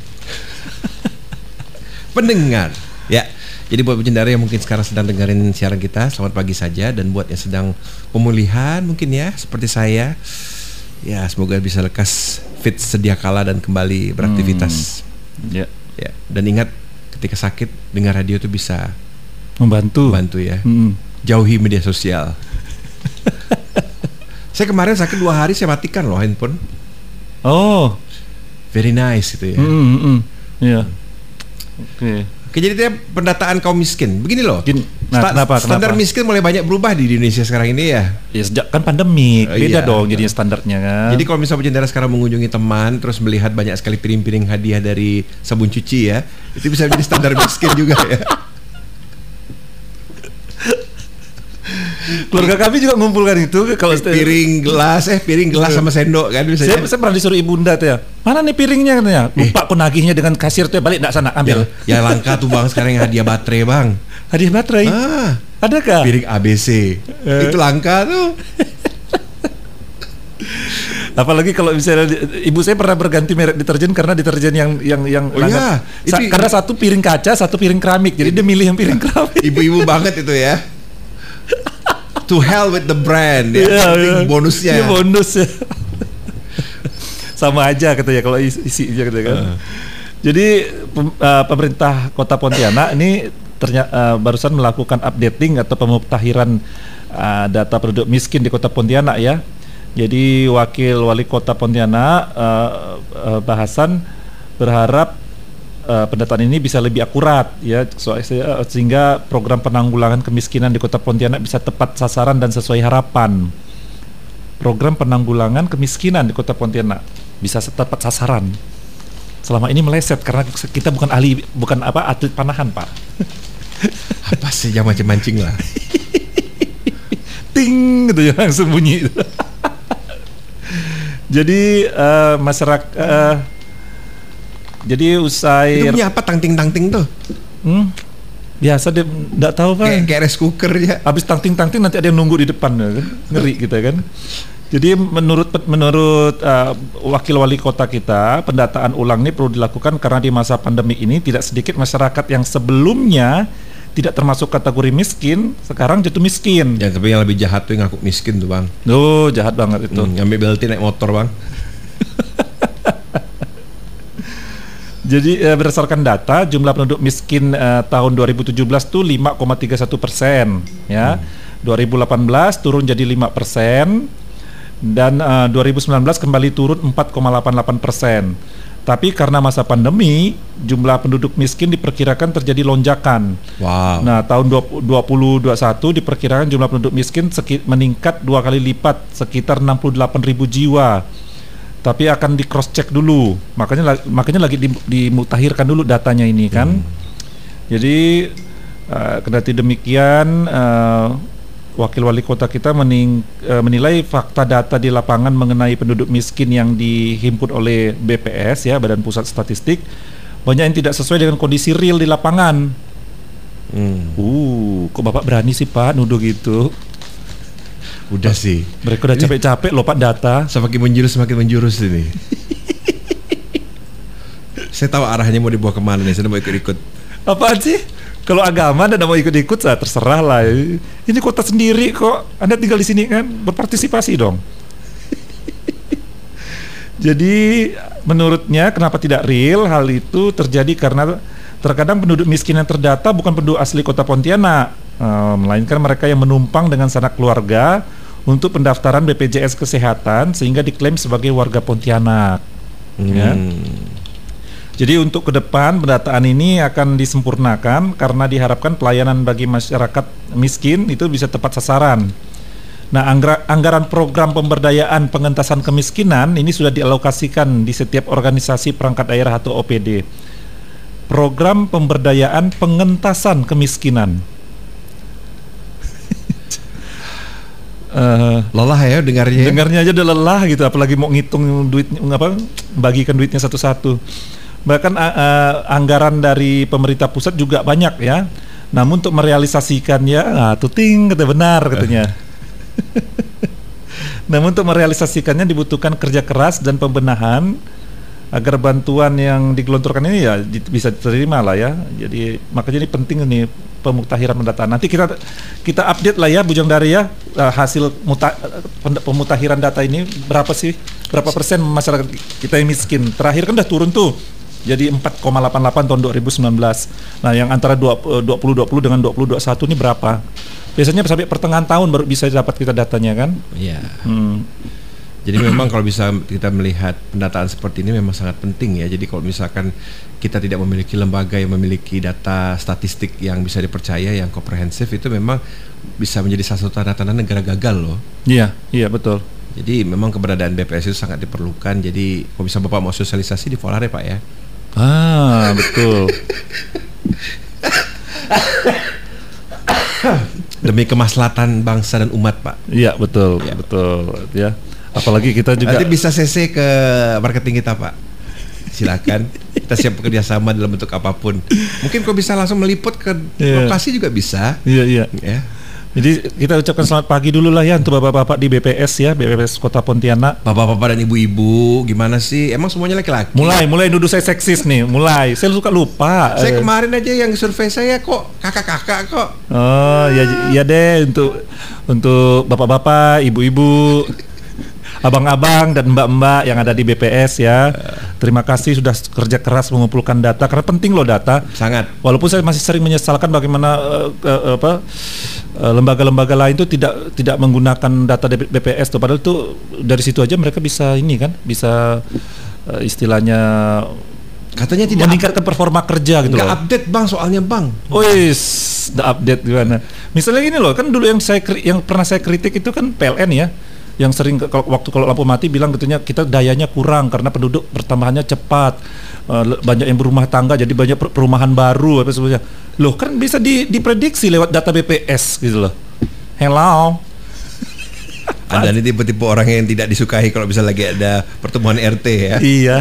Pendengar, ya. Jadi buat pengendara yang mungkin sekarang sedang dengerin siaran kita, selamat pagi saja. Dan buat yang sedang pemulihan mungkin ya, seperti saya, ya semoga bisa lekas fit sedia kala dan kembali beraktivitas. Hmm. Ya. Ya. Dan ingat, ketika sakit dengar radio itu bisa membantu. Membantu ya. Hmm. Jauhi media sosial. Saya kemarin sakit dua hari saya matikan loh handphone. Oh, very nice gitu ya. Hmm, hmm, hmm. Ya. Oke. Oke, jadi dia pendataan kaum miskin. Begini loh. Nah, Sta- kenapa, standar kenapa? miskin mulai banyak berubah di Indonesia sekarang ini ya. Ya sejak kan pandemi, uh, beda iya, dong jadinya standarnya kan. Jadi kalau misalnya penjendera sekarang mengunjungi teman terus melihat banyak sekali piring-piring hadiah dari sabun cuci ya, itu bisa menjadi standar miskin juga ya. Keluarga kami juga mengumpulkan itu kalau piring gelas eh piring gelas sama sendok kan biasanya. Saya, saya pernah disuruh ibunda tuh ya. Mana nih piringnya katanya? Lupa eh. aku nagihnya dengan kasir tuh ya, balik enggak sana ambil. Ya, ya langka tuh Bang sekarang yang hadiah baterai Bang. Hadiah baterai? Ah, adakah? Piring A B C. Eh. Itu langka tuh. Apalagi kalau misalnya ibu saya pernah berganti merek deterjen karena deterjen yang yang yang oh iya, Sa- itu karena satu piring kaca, satu piring keramik. Jadi dia milih yang piring keramik. Ibu-ibu banget itu ya. To hell with the brand ya, yeah, yeah. bonusnya. Yeah, bonus ya. Sama aja katanya kalau isi, isi aja katanya kan. Uh. Jadi pem, uh, pemerintah Kota Pontianak ini ternyata uh, barusan melakukan updating atau pemutahiran uh, data penduduk miskin di Kota Pontianak ya. Jadi Wakil Wali Kota Pontianak uh, uh, Bahasan berharap Uh, pendataan ini bisa lebih akurat ya so, uh, sehingga program penanggulangan kemiskinan di Kota Pontianak bisa tepat sasaran dan sesuai harapan. Program penanggulangan kemiskinan di Kota Pontianak bisa tepat sasaran. Selama ini meleset karena kita bukan ahli, bukan apa atlet panahan Pak. Apa sih yang macam mancing lah. Ting gitu ya langsung bunyi. Jadi uh, masyarakat uh, Jadi usai itu punya apa tangting-tangting tuh? Hmm, biasa dia enggak tahu Pak. Kayak, kayak rice cooker ya. Habis tangting-tangting nanti ada yang nunggu di depan kan. Ngeri kita kan. Jadi menurut menurut uh, wakil wali kota kita, pendataan ulang ini perlu dilakukan karena di masa pandemi ini tidak sedikit masyarakat yang sebelumnya tidak termasuk kategori miskin sekarang jatuh miskin. Ya tapi yang lebih jahat tuh yang ngaku miskin tuh Bang. Oh, jahat banget itu. Hmm, ngambil belti naik motor Bang. Jadi eh, berdasarkan data jumlah penduduk miskin eh, tahun dua ribu tujuh belas itu lima koma tiga satu persen ya. Hmm. dua ribu delapan belas turun jadi lima persen dan eh, dua ribu sembilan belas kembali turun empat koma delapan delapan persen. Tapi karena masa pandemi jumlah penduduk miskin diperkirakan terjadi lonjakan. Wow. Nah, tahun dua ribu dua puluh satu diperkirakan jumlah penduduk miskin seki- meningkat dua kali lipat sekitar enam puluh delapan ribu jiwa. Tapi akan di cross check dulu, makanya makanya lagi dimutakhirkan dulu datanya ini kan. Hmm. Jadi uh, kendati demikian uh, wakil wali kota kita mening, uh, menilai fakta data di lapangan mengenai penduduk miskin yang dihimpun oleh B P S ya, Badan Pusat Statistik, banyak yang tidak sesuai dengan kondisi real di lapangan. Hmm. Uh, kok Bapak berani sih Pak nuduh gitu? Udah oh, sih. Mereka udah capek-capek loh Pak data. Semakin menjurus semakin menjurus ini. Saya tahu arahnya mau dibawa kemana nih. Saya mau ikut-ikut. Apaan sih? Kalau agama Anda mau ikut-ikut, saya terserah lah. Ini kota sendiri kok. Anda tinggal di sini kan, berpartisipasi dong. Jadi menurutnya kenapa tidak real? Hal itu terjadi karena terkadang penduduk miskin yang terdata bukan penduduk asli kota Pontianak, uh, melainkan mereka yang menumpang dengan sanak keluarga untuk pendaftaran B P J S Kesehatan sehingga diklaim sebagai warga Pontianak. Hmm. Ya. Jadi untuk ke depan pendataan ini akan disempurnakan karena diharapkan pelayanan bagi masyarakat miskin itu bisa tepat sasaran. Nah, anggra- anggaran program pemberdayaan pengentasan kemiskinan ini sudah dialokasikan di setiap organisasi perangkat daerah atau O P D. Program pemberdayaan pengentasan kemiskinan. uh, lelah ya dengarnya. Dengarnya aja udah lelah gitu, apalagi mau ngitung duit apa, bagikan duitnya satu-satu. Bahkan uh, uh, anggaran dari pemerintah pusat juga banyak ya. Namun untuk merealisasikannya, nah, tuting kata benar katanya. Namun untuk merealisasikannya dibutuhkan kerja keras dan pembenahan agar bantuan yang digelontorkan ini ya bisa diterima lah ya. Jadi makanya ini penting nih pemuktahiran pendataan. Nanti kita kita update lah ya Bujang Dari ya, hasil muta, pemutahiran data ini berapa sih, berapa persen masyarakat kita yang miskin. Terakhir kan udah turun tuh jadi empat koma delapan delapan tahun dua ribu sembilan belas. Nah yang antara dua puluh dua puluh dengan dua puluh dua puluh satu ini berapa? Biasanya sampai pertengahan tahun baru bisa dapat kita datanya kan. Iya. Hmm. Jadi memang kalau bisa kita melihat pendataan seperti ini memang sangat penting ya. Jadi kalau misalkan kita tidak memiliki lembaga yang memiliki data statistik yang bisa dipercaya, yang komprehensif, itu memang bisa menjadi salah satu tanda-tanda negara gagal loh. Iya, iya betul. Jadi memang keberadaan B P S itu sangat diperlukan. Jadi kalau bisa Bapak mau sosialisasi di Volare Pak ya. Ah, betul. Demi kemaslahatan bangsa dan umat Pak. Iya betul, ya. betul ya. Apalagi kita juga nanti bisa C C ke marketing kita Pak. Silakan, kita siap bekerja sama dalam bentuk apapun. Mungkin kok bisa langsung meliput ke yeah. lokasi juga bisa. Iya iya. Ya. Jadi kita ucapkan selamat pagi dulu lah ya untuk bapak-bapak di B P S ya, B P S Kota Pontianak. Bapak-bapak dan ibu-ibu, gimana sih? Emang semuanya laki-laki? Mulai, mulai nuduh saya seksis nih, mulai. Saya suka lupa. Saya kemarin aja yang survei saya kok kakak-kakak kok. Oh ya, ya deh untuk untuk bapak-bapak, ibu-ibu, abang-abang dan mbak-mbak yang ada di B P S ya. Terima kasih sudah kerja keras mengumpulkan data karena penting loh data. Sangat. Walaupun saya masih sering menyesalkan bagaimana uh, uh, apa uh, lembaga-lembaga lain itu tidak tidak menggunakan data B P S tuh, padahal itu dari situ aja mereka bisa ini kan, bisa uh, istilahnya katanya tidak meningkatkan update, performa kerja gitu loh. Nggak update Bang, soalnya Bang. Wis, the update gimana? Misalnya gini loh, kan dulu yang saya yang pernah saya kritik itu kan P L N ya. Yang sering kalau waktu kalau lampu mati bilang katanya kita dayanya kurang karena penduduk pertambahannya cepat, uh, banyak yang berumah tangga jadi banyak perumahan baru apa sebagainya. Loh kan bisa di, diprediksi lewat data B P S gitu loh. Hello. Anda ini tipe-tipe orang yang tidak disukai kalau bisa lagi ada pertemuan R T ya. Iya.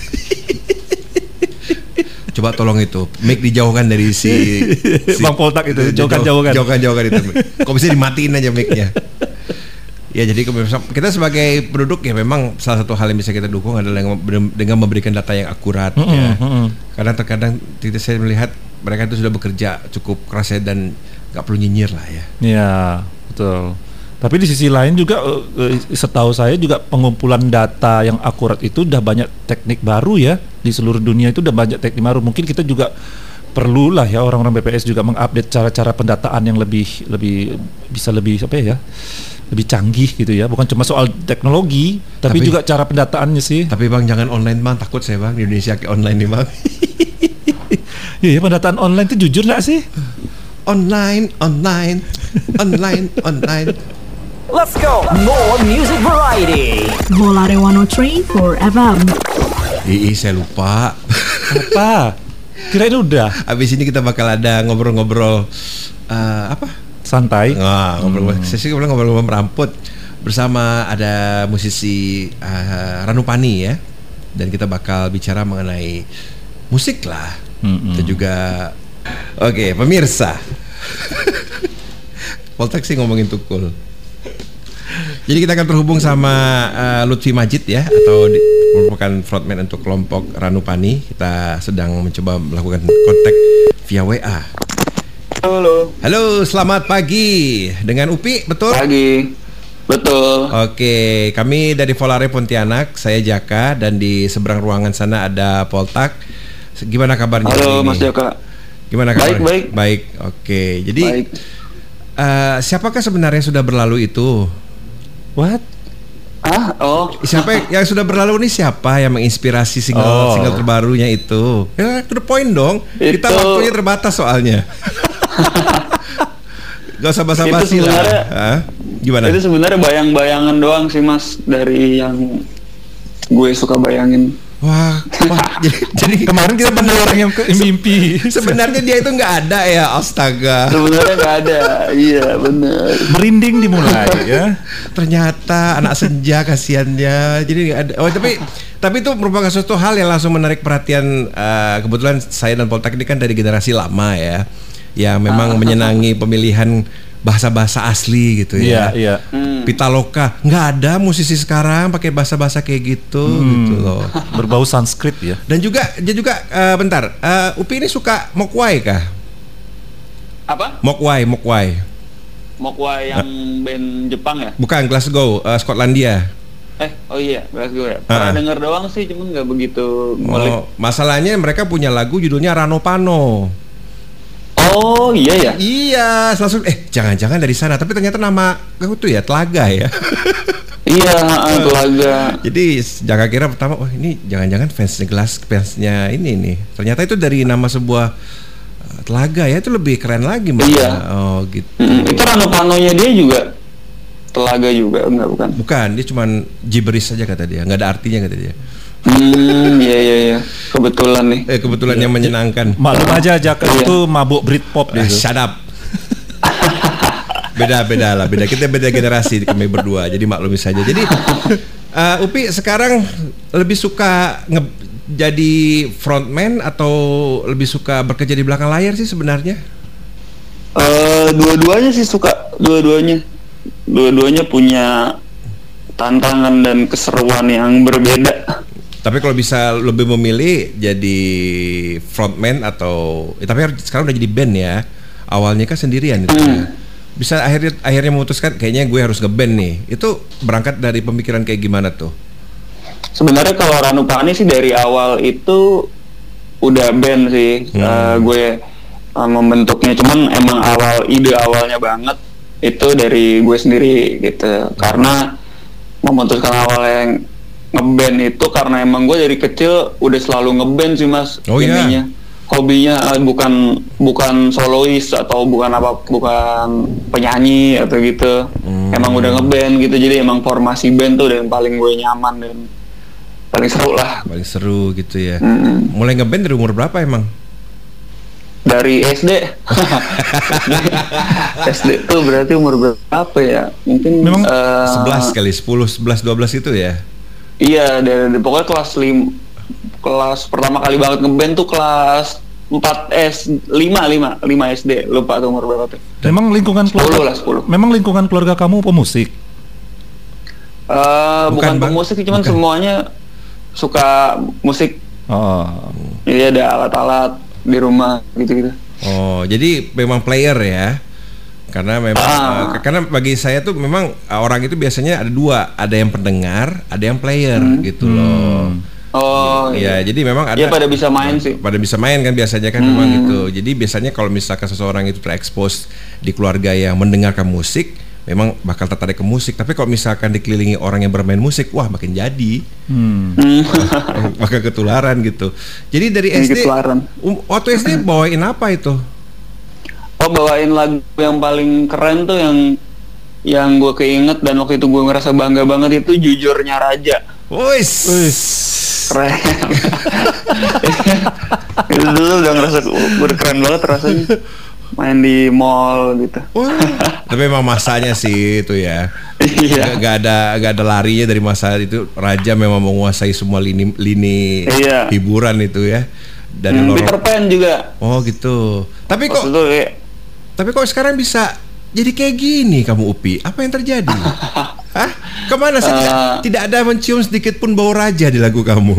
Coba tolong itu mic dijauhkan dari si, si Bang Poltak itu, jauhkan-jauhkan. Jauhkan-jauhkan itu. Kok bisa dimatiin aja mic-nya. Ya jadi kita sebagai penduduk ya memang salah satu hal yang bisa kita dukung adalah dengan memberikan data yang akurat mm-hmm, ya. Mm-hmm. Karena terkadang tidak saya melihat mereka itu sudah bekerja cukup keras dan nggak perlu nyinyir lah ya. Iya betul. Tapi di sisi lain juga uh, setahu saya juga pengumpulan data yang akurat itu udah banyak teknik baru ya di seluruh dunia, itu udah banyak teknik baru. Mungkin kita juga perlulah ya orang-orang B P S juga mengupdate cara-cara pendataan yang lebih lebih bisa lebih apa ya? Lebih canggih gitu ya. Bukan cuma soal teknologi, tapi, tapi juga cara pendataannya sih. Tapi Bang jangan online Bang, takut saya Bang di Indonesia ke online nih Bang. Iya, pendataan online itu jujur nggak sih? Online, online, online, online. Let's go, more music variety. Volare seratus tiga for F M. Ih, saya lupa. Apa? Kirain udah. Abis ini kita bakal ada ngobrol-ngobrol uh, apa? Santai. Wah, ngobrol-ngobrol. Hmm. Saya sih ngobrol-ngobrol meramput bersama ada musisi uh, Ranupani ya. Dan kita bakal bicara mengenai musik lah. Hmm. Kita juga oke, okay, pemirsa. Poltek sih ngomongin tukul. Jadi kita akan terhubung sama uh, Lutfi Majid ya, atau di, merupakan frontman untuk kelompok Ranupani. Kita sedang mencoba melakukan kontak via W A. Halo. Halo, selamat pagi. Dengan Upi, betul? Pagi. Betul. Oke, kami dari Volare Pontianak. Saya Jaka dan di seberang ruangan sana ada Poltak. Gimana kabarnya? Halo Mas Jaka. Gimana kabarnya? Baik, baik. Baik. Oke. Jadi baik. Uh, siapakah sebenarnya sudah berlalu itu? What? Ah, oh. Siapa yang sudah berlalu ini, siapa yang menginspirasi single oh. single terbarunya itu? Ya, to the point dong. Itu... Kita waktunya terbatas soalnya. Gak usah basa-basi lah. Hah? Gimana? Itu sebenarnya bayang-bayangan doang sih Mas, dari yang gue suka bayangin. Wah, wah jadi, jadi kemarin kita benar orang yang ke mimpi. Sebenarnya dia itu nggak ada ya, astaga. Sebenarnya nggak ada, iya benar. Merinding dimulai ya. Ternyata anak senja kasihannya, jadi nggak ada. Oh tapi tapi itu merupakan suatu hal yang langsung menarik perhatian. Uh, kebetulan saya dan Poltak ini kan dari generasi lama ya, yang memang ah. menyenangi pemilihan bahasa-bahasa asli gitu ya. Iya, iya. Hmm. Pitaloka, nggak ada musisi sekarang pakai bahasa-bahasa kayak gitu, hmm. gitu loh. Berbau Sanskrit ya. Dan juga dia juga uh, bentar, uh, Upi ini suka Mokwai kah? Apa? Mokwai, Mokwai. Mokwai yang uh. band Jepang ya? Bukan, Glasgow, uh, Skotlandia. Eh, oh iya, Glasgow ya. Pernah uh. denger doang sih, cuman nggak begitu ngulik. Oh, masalahnya mereka punya lagu judulnya Ranopano. Oh iya ya. Iya, langsung eh jangan-jangan dari sana, tapi ternyata nama itu ya Telaga ya. Iya, Telaga. Jadi jangan kira pertama, oh ini jangan-jangan fansnya Glass, fansnya ini nih. Ternyata itu dari nama sebuah uh, Telaga ya, itu lebih keren lagi Mas. Iya. Oh gitu. Mm, itu Ranopanonya dia juga Telaga juga, enggak bukan? Bukan, dia cuman gibberish saja kata dia, nggak ada artinya kata dia. Hmm, iya iya iya. Kebetulan nih. Eh kebetulan ya. Yang menyenangkan. Maklum aja Jaka iya. itu mabuk Britpop deh. Shut up. Beda-beda lah, beda kita beda generasi kami berdua. Jadi maklumi saja. Jadi uh, Upi sekarang lebih suka nge- jadi frontman atau lebih suka bekerja di belakang layar sih sebenarnya? Uh, dua-duanya sih suka, dua-duanya. Dua-duanya punya tantangan dan keseruan yang berbeda. Tapi kalau bisa lebih memilih jadi frontman atau eh, tapi sekarang udah jadi band ya. Awalnya kan sendirian itu. Hmm. Bisa akhirnya akhirnya memutuskan kayaknya gue harus nge-band nih. Itu berangkat dari pemikiran kayak gimana tuh? Sebenarnya kalau Ranupani sih dari awal itu udah band sih. Hmm. Uh, gue uh, membentuknya, cuman emang awal ide awalnya banget itu dari gue sendiri gitu. Karena memutuskan awal yang ngeband itu karena emang gue dari kecil udah selalu ngeband sih Mas. Oh iya. Hobinya uh, bukan bukan solois atau bukan apa bukan penyanyi atau gitu. Hmm. Emang udah ngeband gitu, jadi emang formasi band tuh yang paling gue nyaman dan paling seru lah. Paling seru gitu ya. Hmm. Mulai ngeband dari umur berapa emang? Dari S D. S D tuh berarti umur berapa ya? Mungkin memang uh, sebelas kali, sepuluh, sebelas, dua belas itu ya? Iya, dari, dari pokoknya kelas lima, kelas pertama kali banget ngeband tuh kelas empat S, lima, lima, lima S D, lupa tuh umur berapa tuh. Memang lingkungan keluarga, sepuluh lah, sepuluh. Memang lingkungan keluarga kamu pemusik? Uh, bukan, bukan pemusik, cuman bukan. Semuanya suka musik. Oh. Jadi ada alat-alat di rumah gitu-gitu. Oh, jadi memang player ya? Karena memang Ah. uh, karena bagi saya tuh memang uh, orang itu biasanya ada dua, ada yang pendengar, ada yang player gitu loh. Oh Ya, iya. jadi memang ada Dia pada bisa main sih. pada bisa main kan biasanya kan memang gitu. Jadi biasanya kalau misalkan seseorang itu terekspos di keluarga yang mendengarkan musik, memang bakal tertarik ke musik. Tapi kalau misalkan dikelilingi orang yang bermain musik, wah makin jadi, Hmm. bakal ketularan gitu. Jadi dari Jadi S D, ketularan. um, waktu S D bawain apa itu? Oh, bawain lagu yang paling keren tuh yang yang gue keinget dan waktu itu gue ngerasa bangga banget itu Jujurnya Raja. Wis. Wis. Keren. Itu dulu udah ngerasa udah keren banget rasanya. Main di mall gitu. Wah, tapi memang masanya sih itu ya. Iya. Gak, gak ada gak ada larinya dari masa itu. Raja memang menguasai semua lini lini Iya. hiburan itu ya. Dari Hmm, lorong- Peter Pan juga. Oh gitu. Tapi kok Waktu itu ya, tapi kok sekarang bisa jadi kayak gini kamu Upi? Apa yang terjadi? Hah? Kemana sih? Tidak, Uh, tidak ada mencium sedikit pun bau raja di lagu kamu.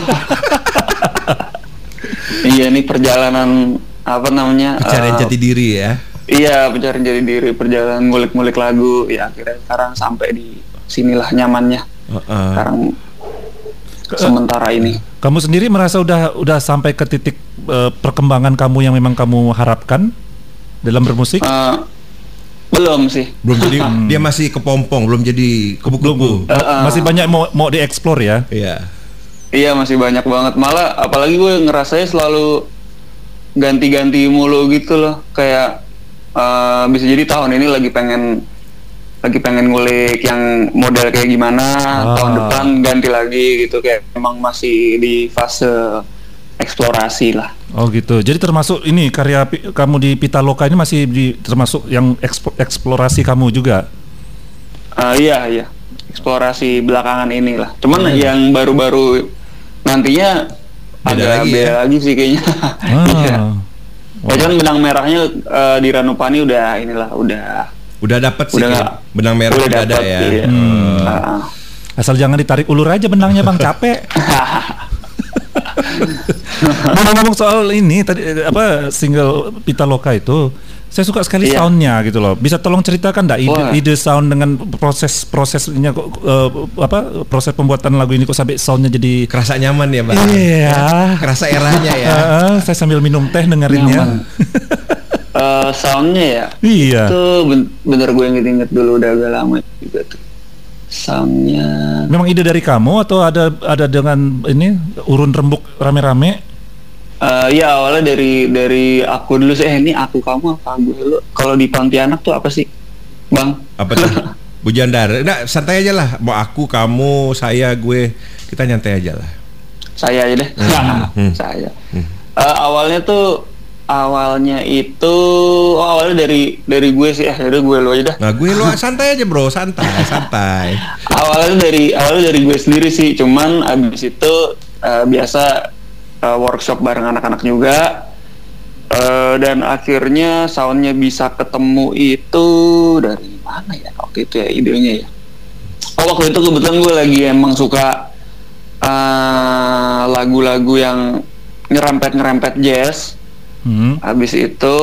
iya nih perjalanan apa namanya? Pencarian eh, jati diri ya. Iya, pencarian jati diri, perjalanan ngulik-ngulik lagu. Ya akhirnya sekarang sampai di sinilah nyamannya. Heeh. Sekarang sementara ini. Kamu sendiri merasa udah udah sampai ke titik eh, perkembangan kamu yang memang kamu harapkan dalam bermusik? Eh, belum sih. Belum jadi dia masih kepompong, belum jadi kubu-kubu. Eh, eh, Masih banyak mau mau dieksplor ya? Iya. Iya masih banyak banget. Malah apalagi gue ngerasanya selalu ganti-ganti mulu gitu loh. Kayak eh, bisa jadi tahun ini lagi pengen lagi pengen ngulik yang model kayak gimana, Ah. tahun depan ganti lagi gitu. Kayak memang masih di fase eksplorasi lah. Oh gitu. Jadi termasuk ini karya pi- kamu di Pitaloka ini masih di, termasuk yang ekspo- eksplorasi kamu juga. Eh, iya iya, eksplorasi belakangan inilah. Cuman yang baru-baru nantinya Beda agak lagi beda ya? lagi sih kayaknya. Iya. Ah. Ya kan benang merahnya eh, di Ranupani udah inilah udah Udah dapat sih Udah kayak nggak- benang merah udah udah ada dapet, ya. iya. Hmm. Ah, Asal jangan ditarik ulur aja benangnya Bang, capek. Ngomong-ngomong soal ini tadi eh, apa single Pitaloka itu, saya suka sekali Iya. soundnya gitu loh. Bisa tolong ceritakan nggak ide, Wah. ide sound dengan proses prosesnya kok eh, apa proses pembuatan lagu ini kok sampai soundnya jadi Kerasa nyaman ya, Bang. iya. Kerasa eranya ya. Heeh, saya sambil minum teh dengerinnya. Nyaman. eh, soundnya ya Iya. itu ben- bener gue inget-inget dulu udah agak lama juga tuh soundnya. Memang ide dari kamu atau ada ada dengan ini urun rembuk rame-rame? Eh, ya awalnya dari dari aku dulu sih. Eh ini aku kamu apa gue lu? Kalau di Pontianak tuh apa sih, Bang? Apa tuh? Bujandar. Nah, santai aja lah. Mau aku, kamu, saya, gue, kita nyantai aja lah. Saya aja deh. Hmm. Saya. Eh, awalnya tuh awalnya itu oh, awalnya dari dari gue sih. Eh dari gue lu aja dah. Nah, gue lo santai aja, Bro, santai, santai. Awalnya dari awalnya dari gue sendiri sih. Cuman abis itu eh, biasa eh, workshop bareng anak-anak juga. Eh, dan akhirnya soundnya bisa ketemu itu dari mana ya waktu itu ya idenya ya. Oh waktu itu kebetulan gue lagi emang suka eh, lagu-lagu yang nyerempet-nyerempet jazz. Hmm. Habis itu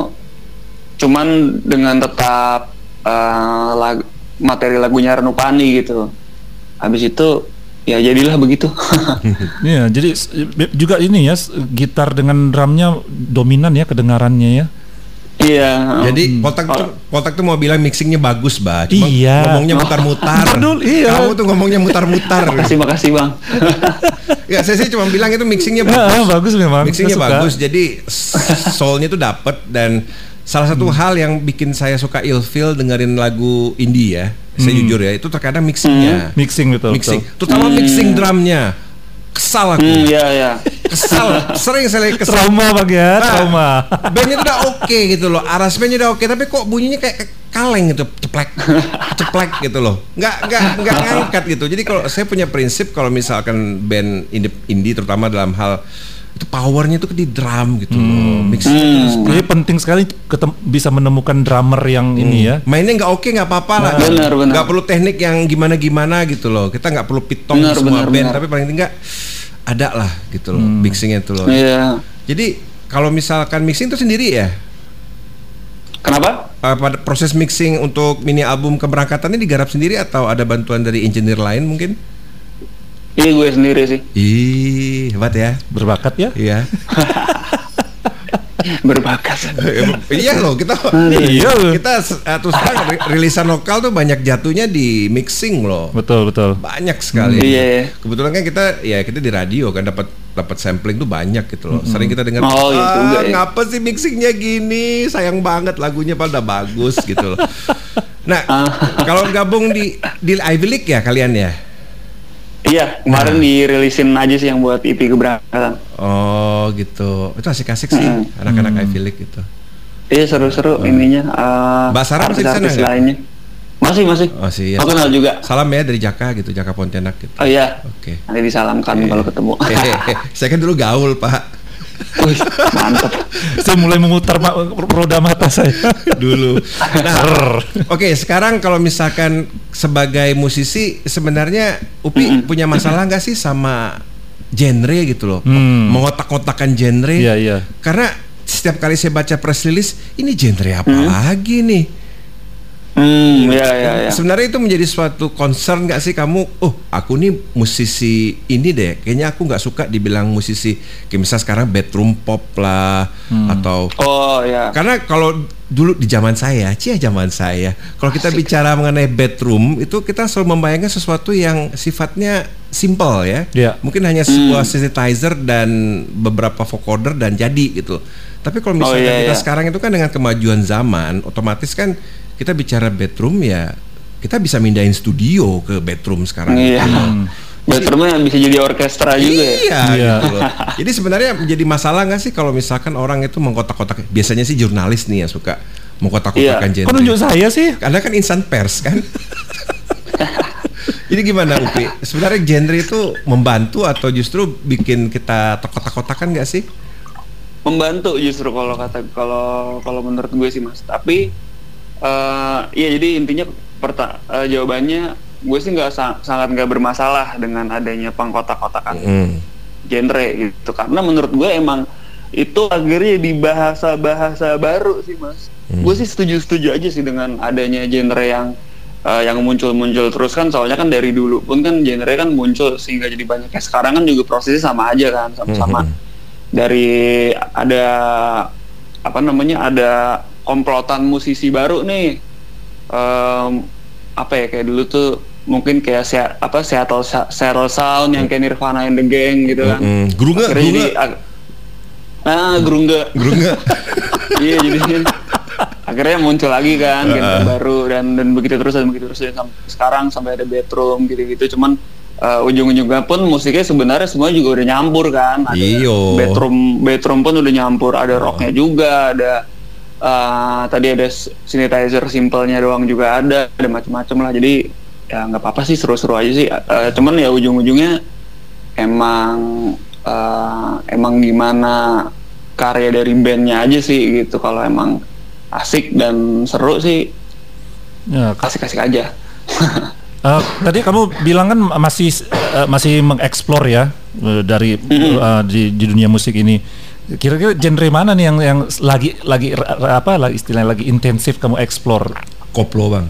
cuman dengan tetap eh, lag- materi lagunya Ranupani gitu. Habis itu ya jadilah begitu. Iya, jadi s- juga ini ya s- gitar dengan drumnya dominan ya kedengarannya ya. Iya. Jadi Poltak tuh, Poltak tuh mau bilang mixingnya bagus, Bah. Cuma Iya. ngomongnya mutar-mutar. Betul, iya. Kamu tuh ngomongnya mutar-mutar. Makasih makasih Bang. Ya, saya sih cuma bilang itu mixingnya Ah, bagus. bagus memang. Mixingnya Saya suka. bagus. Jadi soulnya tuh dapet. Dan salah satu Hmm. hal yang bikin saya suka ilfeel dengerin lagu indie ya, saya jujur ya, itu terkadang mixingnya. Mixing betul. Mixing, betul. terutama mixing drumnya. Kesal aku. Hmm, ya ya. Kesal. Sering saya kesal. Trauma Bang ya, Nah, trauma. bandnya tuh udah oke gitu loh, aransemennya udah oke, tapi kok bunyinya kayak kaleng gitu, ceplek, ceplek gitu loh, nggak nggak nggak ngangkat gitu. Jadi kalau saya punya prinsip kalau misalkan band indie, indie terutama dalam hal itu powernya tuh di drum gitu loh, mixingnya tuh harus Jadi penting sekali ketem- bisa menemukan drummer yang ini ya. mainnya nggak oke nggak apa-apa lah, Benar, benar. nggak perlu teknik yang gimana-gimana gitu loh. Kita nggak perlu pitong Benar, semua benar, band, benar. tapi paling tidak ada lah gitu loh, mixingnya tuh loh. Iya. Jadi kalau misalkan mixing tuh sendiri ya, Kenapa? Uh, pada proses mixing untuk mini album keberangkatan ini digarap sendiri atau ada bantuan dari engineer lain mungkin? Iya gue sendiri sih. Ih, hebat ya. Berbakat ya? Iya. Berbakat. Iya loh, kita Iya loh. kita uh, terus terang ri- rilisan lokal tuh banyak jatuhnya di mixing loh. Betul betul. Banyak sekali. Hmm, iya. Kebetulan kan kita ya kita di radio kan dapat dapat sampling tuh banyak gitu loh. Sering kita dengar, Oh, iya ah, juga ya." ngapa sih mixingnya gini? Sayang banget lagunya padahal udah bagus gitu loh. Nah, kalau gabung di di Ivy League ya kalian ya? Iya, kemarin Nah. dirilisin aja sih yang buat E P keberangkatan. Oh gitu. Itu asik-asik sih Hmm. anak-anak Ivy League gitu. Iya seru-seru ininya. Uh, Mbak Sarah masih di sana artis-artis nggak? lainnya. Masih masih. Oh sih. Ya. Aku kenal juga. Salam ya dari Jaka gitu, Jaka Pontianak gitu. Oh iya. Oke. Nanti disalamkan Oke. kalau ketemu. Hehehe. Saya kan dulu gaul, Pak. Wih, mantap. Saya mulai memutar ma- roda mata saya. Dulu. Nah, oke, sekarang kalau misalkan sebagai musisi sebenarnya Upi punya masalah nggak sih sama genre gitu loh? Hmm. Mengotak-kotakan genre. Iya iya. Karena setiap kali saya baca press release, ini genre apa lagi nih? Hmm, ya ya ya. Sebenarnya itu menjadi suatu concern nggak sih kamu? Oh, aku nih musisi ini deh. Kayaknya aku nggak suka dibilang musisi. Kayak misalnya sekarang bedroom pop lah, atau Oh ya. karena kalau dulu di zaman saya, cia zaman saya, kalau kita bicara mengenai bedroom itu kita selalu membayangkan sesuatu yang sifatnya simple ya. Iya. Mungkin hanya sebuah synthesizer dan beberapa vocoder dan jadi gitu. Tapi kalau misalnya Oh, iya, kita iya. sekarang itu kan dengan kemajuan zaman, otomatis kan kita bicara bedroom ya kita bisa mindahin studio ke bedroom sekarang. Iya. gitu loh. Bedroomnya bisa jadi orkestra juga ya. Iya, Iya. gitu loh. Jadi sebenarnya menjadi masalah nggak sih kalau misalkan orang itu mengkotak-kotak? Biasanya sih jurnalis nih yang suka mengkotak-kotakan Iya. genre. Kok nunjuk saya sih? Anda kan insan pers kan? Jadi gimana Upi? Sebenarnya genre itu membantu atau justru bikin kita terkotak-kotakan nggak sih? Membantu justru kalau kata kalau kalau menurut gue sih Mas. Tapi eh iya jadi intinya perta- eh, jawabannya gue sih nggak sa- sangat nggak bermasalah dengan adanya pengkotak-kotakan Hmm. genre gitu karena menurut gue emang itu akhirnya di bahasa-bahasa baru sih Mas. Gue sih setuju-setuju aja sih dengan adanya genre yang eh, yang muncul-muncul terus kan soalnya kan dari dulu pun kan genre kan muncul sehingga jadi banyak. Kayak sekarang kan juga prosesnya sama aja kan sama-sama. Dari ada apa namanya ada komplotan musisi baru nih. Em, apa ya kayak dulu tuh mungkin kayak Se- apa Seattle Seattle Sound yang kayak Nirvana and the Gang gitu kan. Mm-mm. Grunge, Akhirnya jadi grunge. ag- ah grunge. Grunge. Iya jadi akhirnya muncul lagi kan genre baru dan dan begitu terus dan begitu terus dan sampai sekarang sampai ada bedroom gitu-gitu cuman uh, ujung-ujungnya pun musiknya sebenarnya semua juga udah nyampur kan ada Iyo. bedroom bedroom pun udah nyampur ada rocknya juga ada uh, tadi ada synthesizer simpelnya doang juga ada ada macam-macam lah jadi ya nggak apa-apa sih seru-seru aja sih uh, cuman ya ujung-ujungnya emang uh, emang gimana karya dari bandnya aja sih gitu kalau emang asik dan seru sih Ya, ka- kasih-kasih aja. eh, tadi kamu bilang kan masih eh, masih mengeksplor ya eh, dari eh, di, di dunia musik ini. Kira-kira genre mana nih yang yang lagi lagi ra- ra- apa lagi istilahnya lagi intensif kamu eksplor? Koplo bang.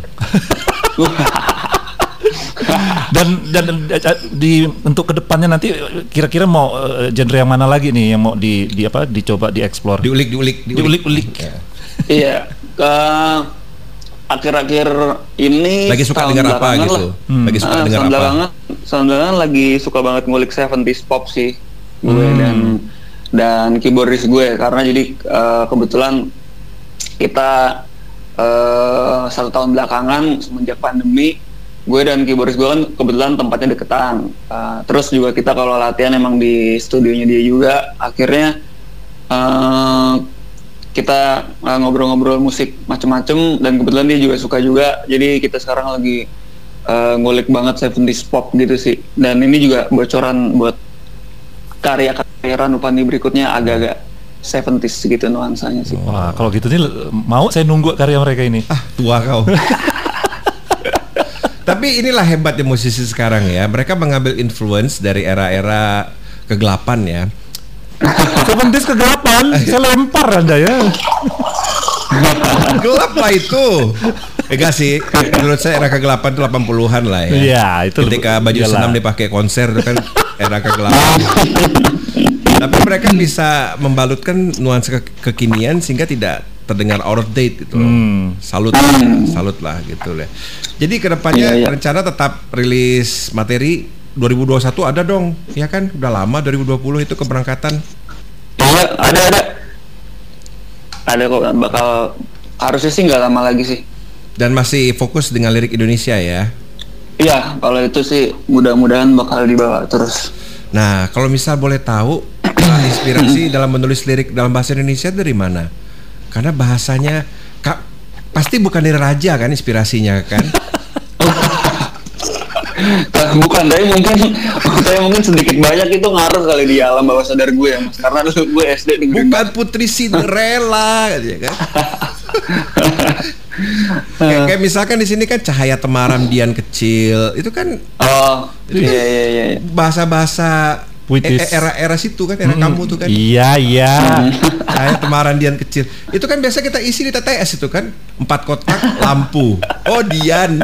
Dan dan eh, di untuk kedepannya nanti eh, kira-kira mau eh, genre yang mana lagi nih yang mau di di apa dicoba dieksplor? Diulik, diulik, Diulik-ulik. Ya. Iya, ke akhir-akhir ini Lagi suka tahun dengar apa belakangan gitu? lah. Hmm. Lagi suka Ah, dengar tahun apa? belakangan, tahun belakangan lagi suka banget ngulik seventies pop sih gue Hmm. dan dan keyboardis gue karena jadi eh, kebetulan kita eh, satu tahun belakangan semenjak pandemi gue dan keyboardis gue kan kebetulan tempatnya deketan. Eh, terus juga kita kalau latihan emang di studionya dia juga akhirnya eh, kita uh, ngobrol-ngobrol musik macem-macem dan kebetulan dia juga suka juga jadi kita sekarang lagi uh, ngulik banget seventies pop gitu sih dan ini juga bocoran buat karya-karya Ranupani berikutnya agak-agak seventies gitu nuansanya sih. Wah, kalau gitu nih le- mau saya nunggu karya mereka ini. Ah, tua kau. Tapi inilah hebatnya musisi sekarang ya. Mereka mengambil influence dari era-era kegelapan ya. Seventies kegelapan, saya lempar Anda ya. Gelap lah itu. Enggak sih, menurut saya era kegelapan itu delapan puluhan lah ya. Iya, itu ketika baju iyalah. senam dipakai konser itu kan era kegelapan. Tapi mereka bisa membalutkan nuansa ke- kekinian sehingga tidak terdengar out of date gitu loh. Hmm. Salut, salut lah gitu lah. Jadi kedepannya Iya, iya. rencana tetap rilis materi dua ribu dua puluh satu ada dong, ya kan? Udah lama dua ribu dua puluh itu keberangkatan. Iya, ada ada. Ada kok, bakal harusnya sih nggak lama lagi sih. Dan masih fokus dengan lirik Indonesia ya. Iya, kalau itu sih mudah-mudahan bakal dibawa terus. Nah, kalau misal boleh tahu uh, inspirasi dalam menulis lirik dalam bahasa Indonesia dari mana? Karena bahasanya Kak, pasti bukan dari Raja kan inspirasinya kan? Bukan, tapi mungkin tapi mungkin sedikit banyak itu ngaruh kali di alam bawah sadar gue ya, Mas. Karena dulu gue S D dengerin. Bukan Putri Cinderella gitu kan? kayak, kayak misalkan di sini kan Cahaya Temaram Dian Kecil, itu kan Oh, iya iya iya. bahasa-bahasa Puitis. e- era-era situ kan, era kamu tuh kan. Iya, iya. Cahaya Temaram Dian Kecil. Itu kan biasa kita isi di T T S itu kan, empat kotak lampu. Oh, Dian.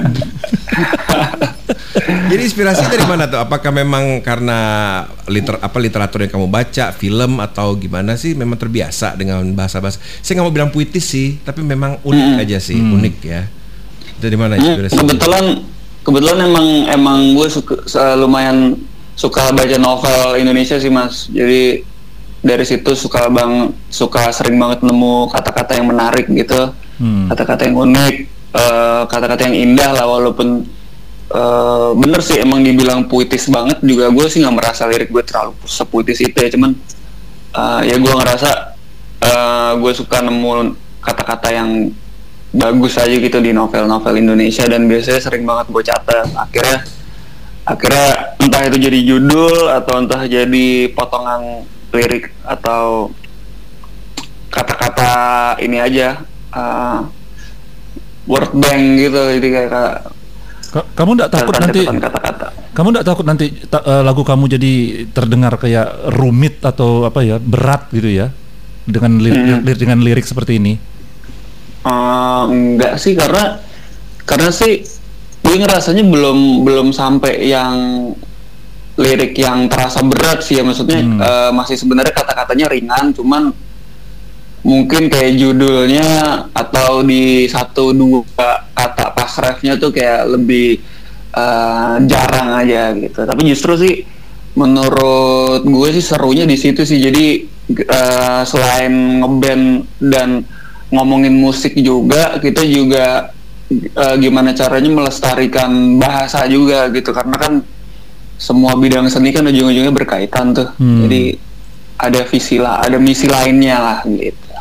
Jadi inspirasi dari mana tuh? Apakah memang karena liter apa literatur yang kamu baca, film atau gimana sih? Memang terbiasa dengan bahasa-bahasa. Saya nggak mau bilang puitis sih, tapi memang unik aja sih, unik ya. Dari mana Hmm, inspirasi? kebetulan kebetulan emang emang gue suka se- lumayan suka baca novel Indonesia sih, Mas. Jadi dari situ suka bang suka sering banget nemu kata-kata yang menarik gitu, Hmm. kata-kata yang unik, eh, kata-kata yang indah lah, walaupun eh, bener sih emang dibilang puitis banget juga, gue sih nggak merasa lirik gue terlalu sepuitis itu ya, cuman eh, ya gue ngerasa eh, gue suka nemu kata-kata yang bagus aja gitu di novel-novel Indonesia, dan biasanya sering banget gue catat. Akhirnya akhirnya entah itu jadi judul atau entah jadi potongan lirik atau kata-kata ini aja, uh, word bank gitu. Jadi kayak Ka- Kamu enggak takut nanti catatan kata-kata. kamu enggak takut nanti ta- eh, lagu kamu jadi terdengar kayak rumit atau apa ya, berat gitu ya dengan lirik, lirik- dengan lirik seperti ini? Uh, enggak sih, karena karena sih gue ngerasanya belum belum sampai yang lirik yang terasa berat sih ya, maksudnya Hmm. uh, masih sebenarnya kata-katanya ringan, cuman mungkin kayak judulnya atau di satu dua kata pas refnya tuh kayak lebih uh, jarang aja gitu. Tapi justru sih menurut gue sih serunya di situ sih. Jadi uh, selain ngeband dan ngomongin musik juga, kita juga uh, gimana caranya melestarikan bahasa juga gitu, karena kan semua bidang seni kan ujung-ujungnya berkaitan tuh. Hmm. Jadi ada visi lah, ada misi lainnya lah gitu.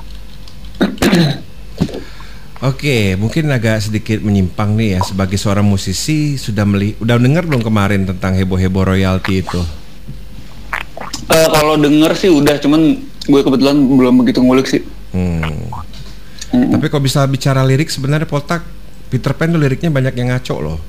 Oke, mungkin agak sedikit menyimpang nih ya. Sebagai seorang musisi, sudah meli udah dengar belum kemarin tentang heboh-heboh royalti itu? Eh, kalau denger sih udah, cuman gue kebetulan belum begitu ngulik sih. Hmm. Mm. Tapi kalau bisa bicara lirik, sebenarnya Poltak, Peter Pan tuh liriknya banyak yang ngaco loh.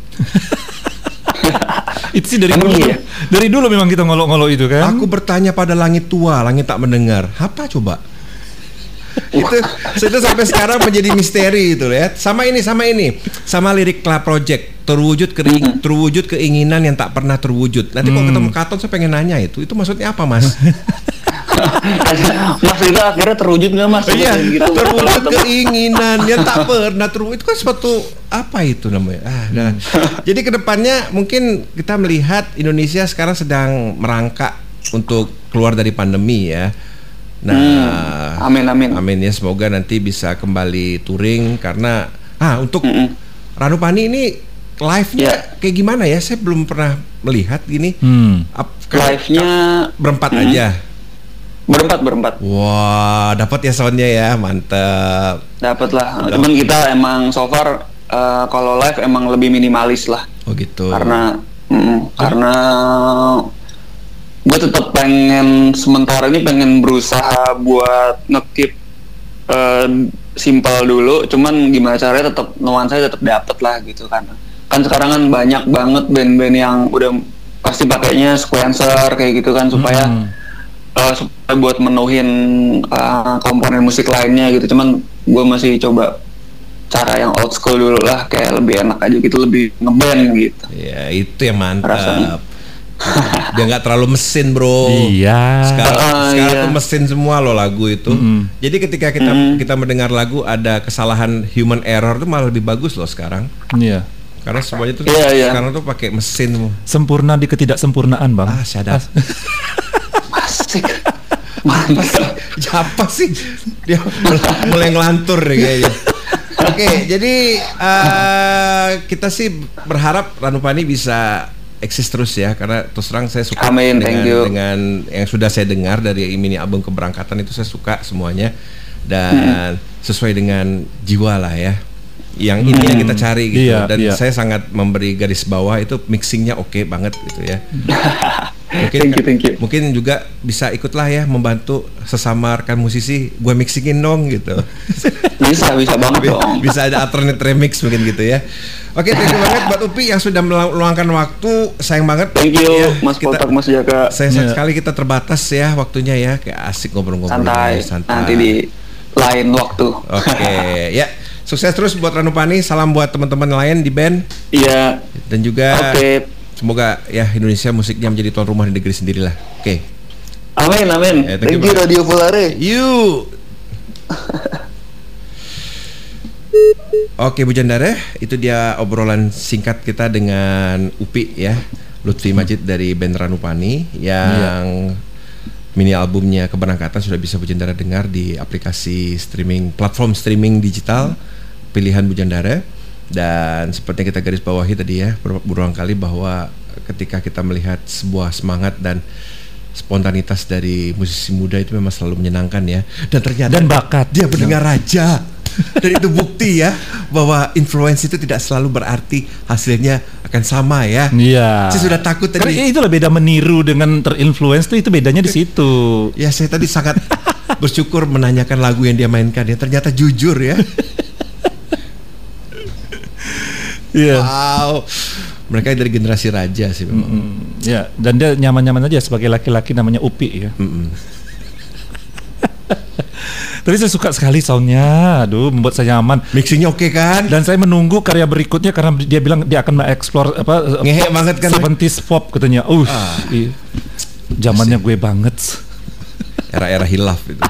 Itu sih dari Emang dulu. iya? Dari dulu memang kita ngolok-ngolok itu kan. Aku bertanya pada langit tua, langit tak mendengar. Apa coba? itu, itu sampai sekarang menjadi misteri itu ya. Sama ini, sama ini, sama lirik Club Project, terwujud kering, terwujud keinginan yang tak pernah terwujud. Nanti kalau ketemu Katon saya pengen nanya itu, itu maksudnya apa, Mas? Mas itu akhirnya terwujud nggak, Mas? Iya, gitu. terwujud keinginan yang tak pernah terwujud. Itu kan suatu apa itu namanya? Ah, nah. Jadi kedepannya mungkin kita melihat Indonesia sekarang sedang merangkak untuk keluar dari pandemi ya. Nah, Hmm, amin, amin. amin ya, semoga nanti bisa kembali touring karena ah untuk Mm-mm. Ranu Pani ini live-nya Ya. kayak gimana ya? Saya belum pernah melihat gini. Hmm. Ap- Live-nya berempat Mm-mm. aja. berempat berempat. Wah, dapat ya soundnya ya, mantap. Dapat lah. Cuman kita emang so far eh, kalau live emang lebih minimalis lah. Oh gitu. Karena mm, karena gue tetap pengen sementara ini pengen berusaha buat nge-keep eh, simpel dulu, cuman gimana caranya tetap nuansanya tetap dapet lah gitu kan. Kan sekarang kan banyak banget band-band yang udah pasti pakainya sequencer kayak gitu kan, supaya Hmm. eh, supaya buat menuhin eh, komponen musik lainnya gitu. Cuman gue masih coba cara yang old school dulu lah, kayak lebih enak aja gitu, lebih ngeband gitu. Ya itu yang mantap. Rasanya. Dia nggak terlalu mesin bro. Iya. Sekarang, Ah, sekarang iya. tuh mesin semua loh lagu itu. Mm-mm. Jadi ketika kita Mm. kita mendengar lagu ada kesalahan human error tuh malah lebih bagus loh sekarang. Iya. Karena semuanya tuh Iya, iya. sekarang tuh pakai mesin semua. Sempurna di ketidaksempurnaan, Bang. Ah, sadar. Asik. Mantap. Apa sih? Dia mulai, mulai ngelantur deh kayaknya. Oke, jadi uh, kita sih berharap Ranupani bisa eksis terus ya, karena terus terang saya suka Amin, dengan, thank you. dengan yang sudah saya dengar dari mini album Keberangkatan itu saya suka semuanya dan hmm. sesuai dengan jiwa lah ya. Yang ini yang kita cari gitu Iya, dan iya. saya sangat memberi garis bawah itu mixingnya oke banget gitu ya. Mungkin, Thank you, thank you. mungkin juga bisa ikutlah ya membantu sesama rekan musisi, gue mixingin dong gitu. Bisa, bisa banget dong. Bisa ada alternate remix mungkin gitu ya. Oke, thank you banget buat Upi yang sudah meluangkan waktu. Sayang banget. Thank you, ya, Mas kita- Poltak, Mas Jaka. Sayang Iya. sekali kita terbatas ya waktunya ya. Kayak asik ngobrol-ngobrol. Santai. Nanti di lain waktu. Oke, ya. Sukses terus buat Ranupani. Salam buat teman-teman lain di band Iya. dan juga Oke. semoga ya Indonesia musiknya menjadi tuan rumah di negeri sendirilah. Oke. Amin, amin. Eh, thank you, Thank you Bang. Radio Volare. You. Oke Bu Jandara, itu dia obrolan singkat kita dengan Upi ya, Lutfi Majid dari band Ranupani yang mini albumnya Keberangkatan sudah bisa Bu Jandara dengar di aplikasi streaming, platform streaming digital pilihan Bu Jandara. Dan seperti yang kita garis bawahi tadi ya ber- berulang kali bahwa ketika kita melihat sebuah semangat dan spontanitas dari musisi muda itu memang selalu menyenangkan ya. Dan ternyata Dan bakat. dia pendengar raja. Dan itu bukti ya bahwa influence itu tidak selalu berarti hasilnya akan sama ya. Iya. Saya sudah takut Karena tadi. itulah beda meniru dengan terinfluence tuh, itu bedanya di situ. Ya saya tadi sangat bersyukur menanyakan lagu yang dia mainkan ya. Ternyata jujur ya. Iya. Wow. Mereka dari generasi raja sih memang. Mm, ya, dan dia nyaman-nyaman aja sebagai laki-laki namanya Upi ya. Mm-mm. Tapi saya suka sekali soundnya, aduh membuat saya nyaman. Mixingnya oke kan? Dan saya menunggu karya berikutnya karena dia bilang dia akan mengeksplor apa Ngehe banget kan? seventies pop katanya. Uh, Ah. i- zamannya gue banget. Era-era hilaf itu.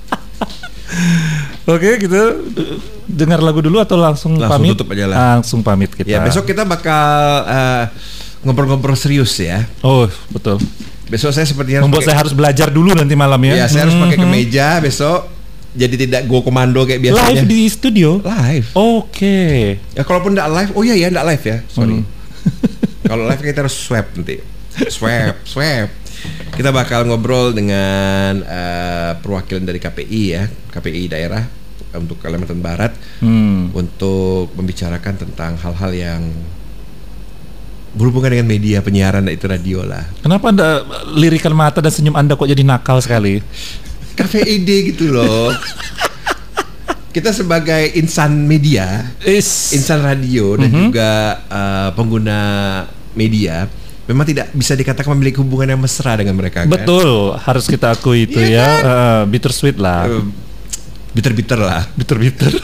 Oke, kita dengar lagu dulu atau langsung, Langsung pamit? tutup aja lah. Langsung pamit kita. Ya besok kita bakal eh, ngobrol-ngobrol serius ya. Oh, betul. Besok saya sepertinya harus Membuat pakai- saya harus belajar dulu nanti malam ya. Ya, saya harus pakai Mhm. kemeja besok. Jadi tidak go komando kayak biasanya. Live di studio. Live. Oke. Ya kalaupun tidak live, oh iya ya tidak live ya. Sorry. Hmm. Kalau live kita harus swab nanti. Swab, swab. Kita bakal ngobrol dengan eh, perwakilan dari K P I ya, K P I daerah untuk Kalimantan Barat Hmm. untuk membicarakan tentang hal-hal yang berhubungan dengan media penyiaran, itu radio lah. Kenapa Anda lirikan mata dan senyum Anda kok jadi nakal sekali? K P I D gitu loh. Kita sebagai insan media, Is insan radio dan Mhm. juga uh, pengguna media, memang tidak bisa dikatakan memiliki hubungan yang mesra dengan mereka. Kan? betul, harus kita akui itu Iya ya. kan? Eh, bittersweet lah. Eh, Bitter-bitter lah. Bitter-bitter.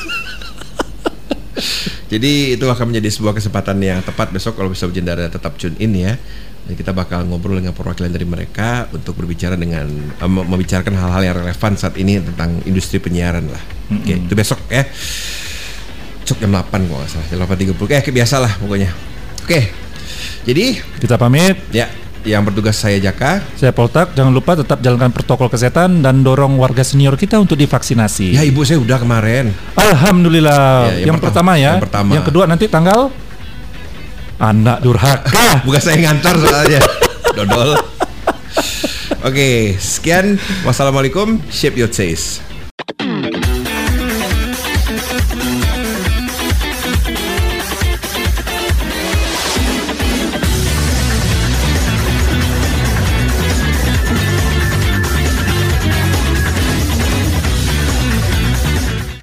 Jadi itu akan menjadi sebuah kesempatan yang tepat besok kalau bisa Jendara tetap tune in ya. Dan kita bakal ngobrol dengan perwakilan dari mereka untuk berbicara dengan uh, mem- membicarakan hal-hal yang relevan saat ini tentang industri penyiaran lah. Oke, itu besok ya. Cuk jam delapan kalau nggak salah, jam delapan tiga puluh. Kayak biasa lah pokoknya. Oke. Jadi Kita pamit. ya, yang bertugas saya Jaka. Saya Poltak. Jangan lupa tetap jalankan protokol kesehatan dan dorong warga senior kita untuk divaksinasi. Ya ibu saya udah kemarin. Alhamdulillah. Ya, yang yang, pertama, pertama- ya. yang pertama. Yang kedua nanti tanggal anak durhaka. Bukan saya yang ngantar soalnya. Dodol. Oke, sekian. Wassalamualaikum. Shape your taste.